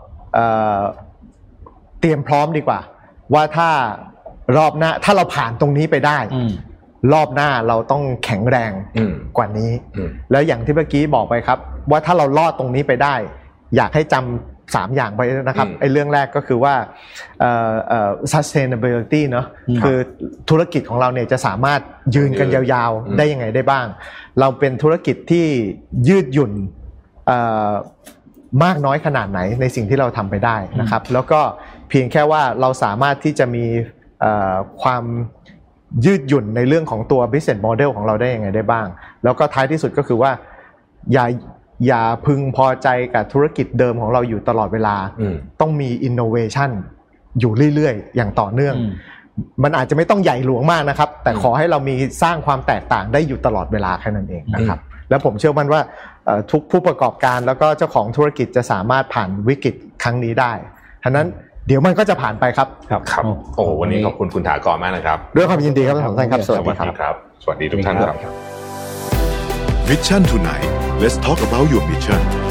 เตรียมพร้อมดีกว่าว่าถ้ารอบหน้าถ้าเราผ่านตรงนี้ไปได้รอบหน้าเราต้องแข็งแรงกว่านี้แล้วอย่างที่เมื่อกี้บอกไปครับว่าถ้าเรารอดตรงนี้ไปได้อยากให้จำ3อย่างไปนะครับไอ้เรื่องแรกก็คือว่าsustainability เนาะคือธุรกิจของเราเนี่ยจะสามารถยืนกันยาวๆได้ยังไงได้บ้างเราเป็นธุรกิจที่ยืดหยุ่นมากน้อยขนาดไหนในสิ่งที่เราทำไปได้นะครับแล้วก็เพียงแค่ว่าเราสามารถที่จะมีความยืดหยุ่นในเรื่องของตัว business model ของเราได้ยังไงได้บ้างแล้วก็ท้ายที่สุดก็คือว่าอย่าพึงพอใจกับธุรกิจเดิมของเราอยู่ตลอดเวลาต้องมี innovation อยู่เรื่อยๆอย่างต่อเนื่องมันอาจจะไม่ต้องใหญ่หลวงมากนะครับแต่ขอให้เรามีสร้างความแตกต่างได้อยู่ตลอดเวลาแค่นั้นเองนะครับแล้วผมเชื่อมั่นว่าทุกผู้ประกอบการแล้วก็เจ้าของธุรกิจจะสามารถผ่านวิกฤตครั้งนี้ได้ฉะนั้นเดี๋ยวมันก็จะผ่านไปครับครับโอ้วันนี้ขอบคุณคุณถากรมากนะครับด้วยความยินดีครับทั้งสองท่านครับสวัสดีครับสวัสดีทุกท่านครับ Mission Tonight Let's talk about your mission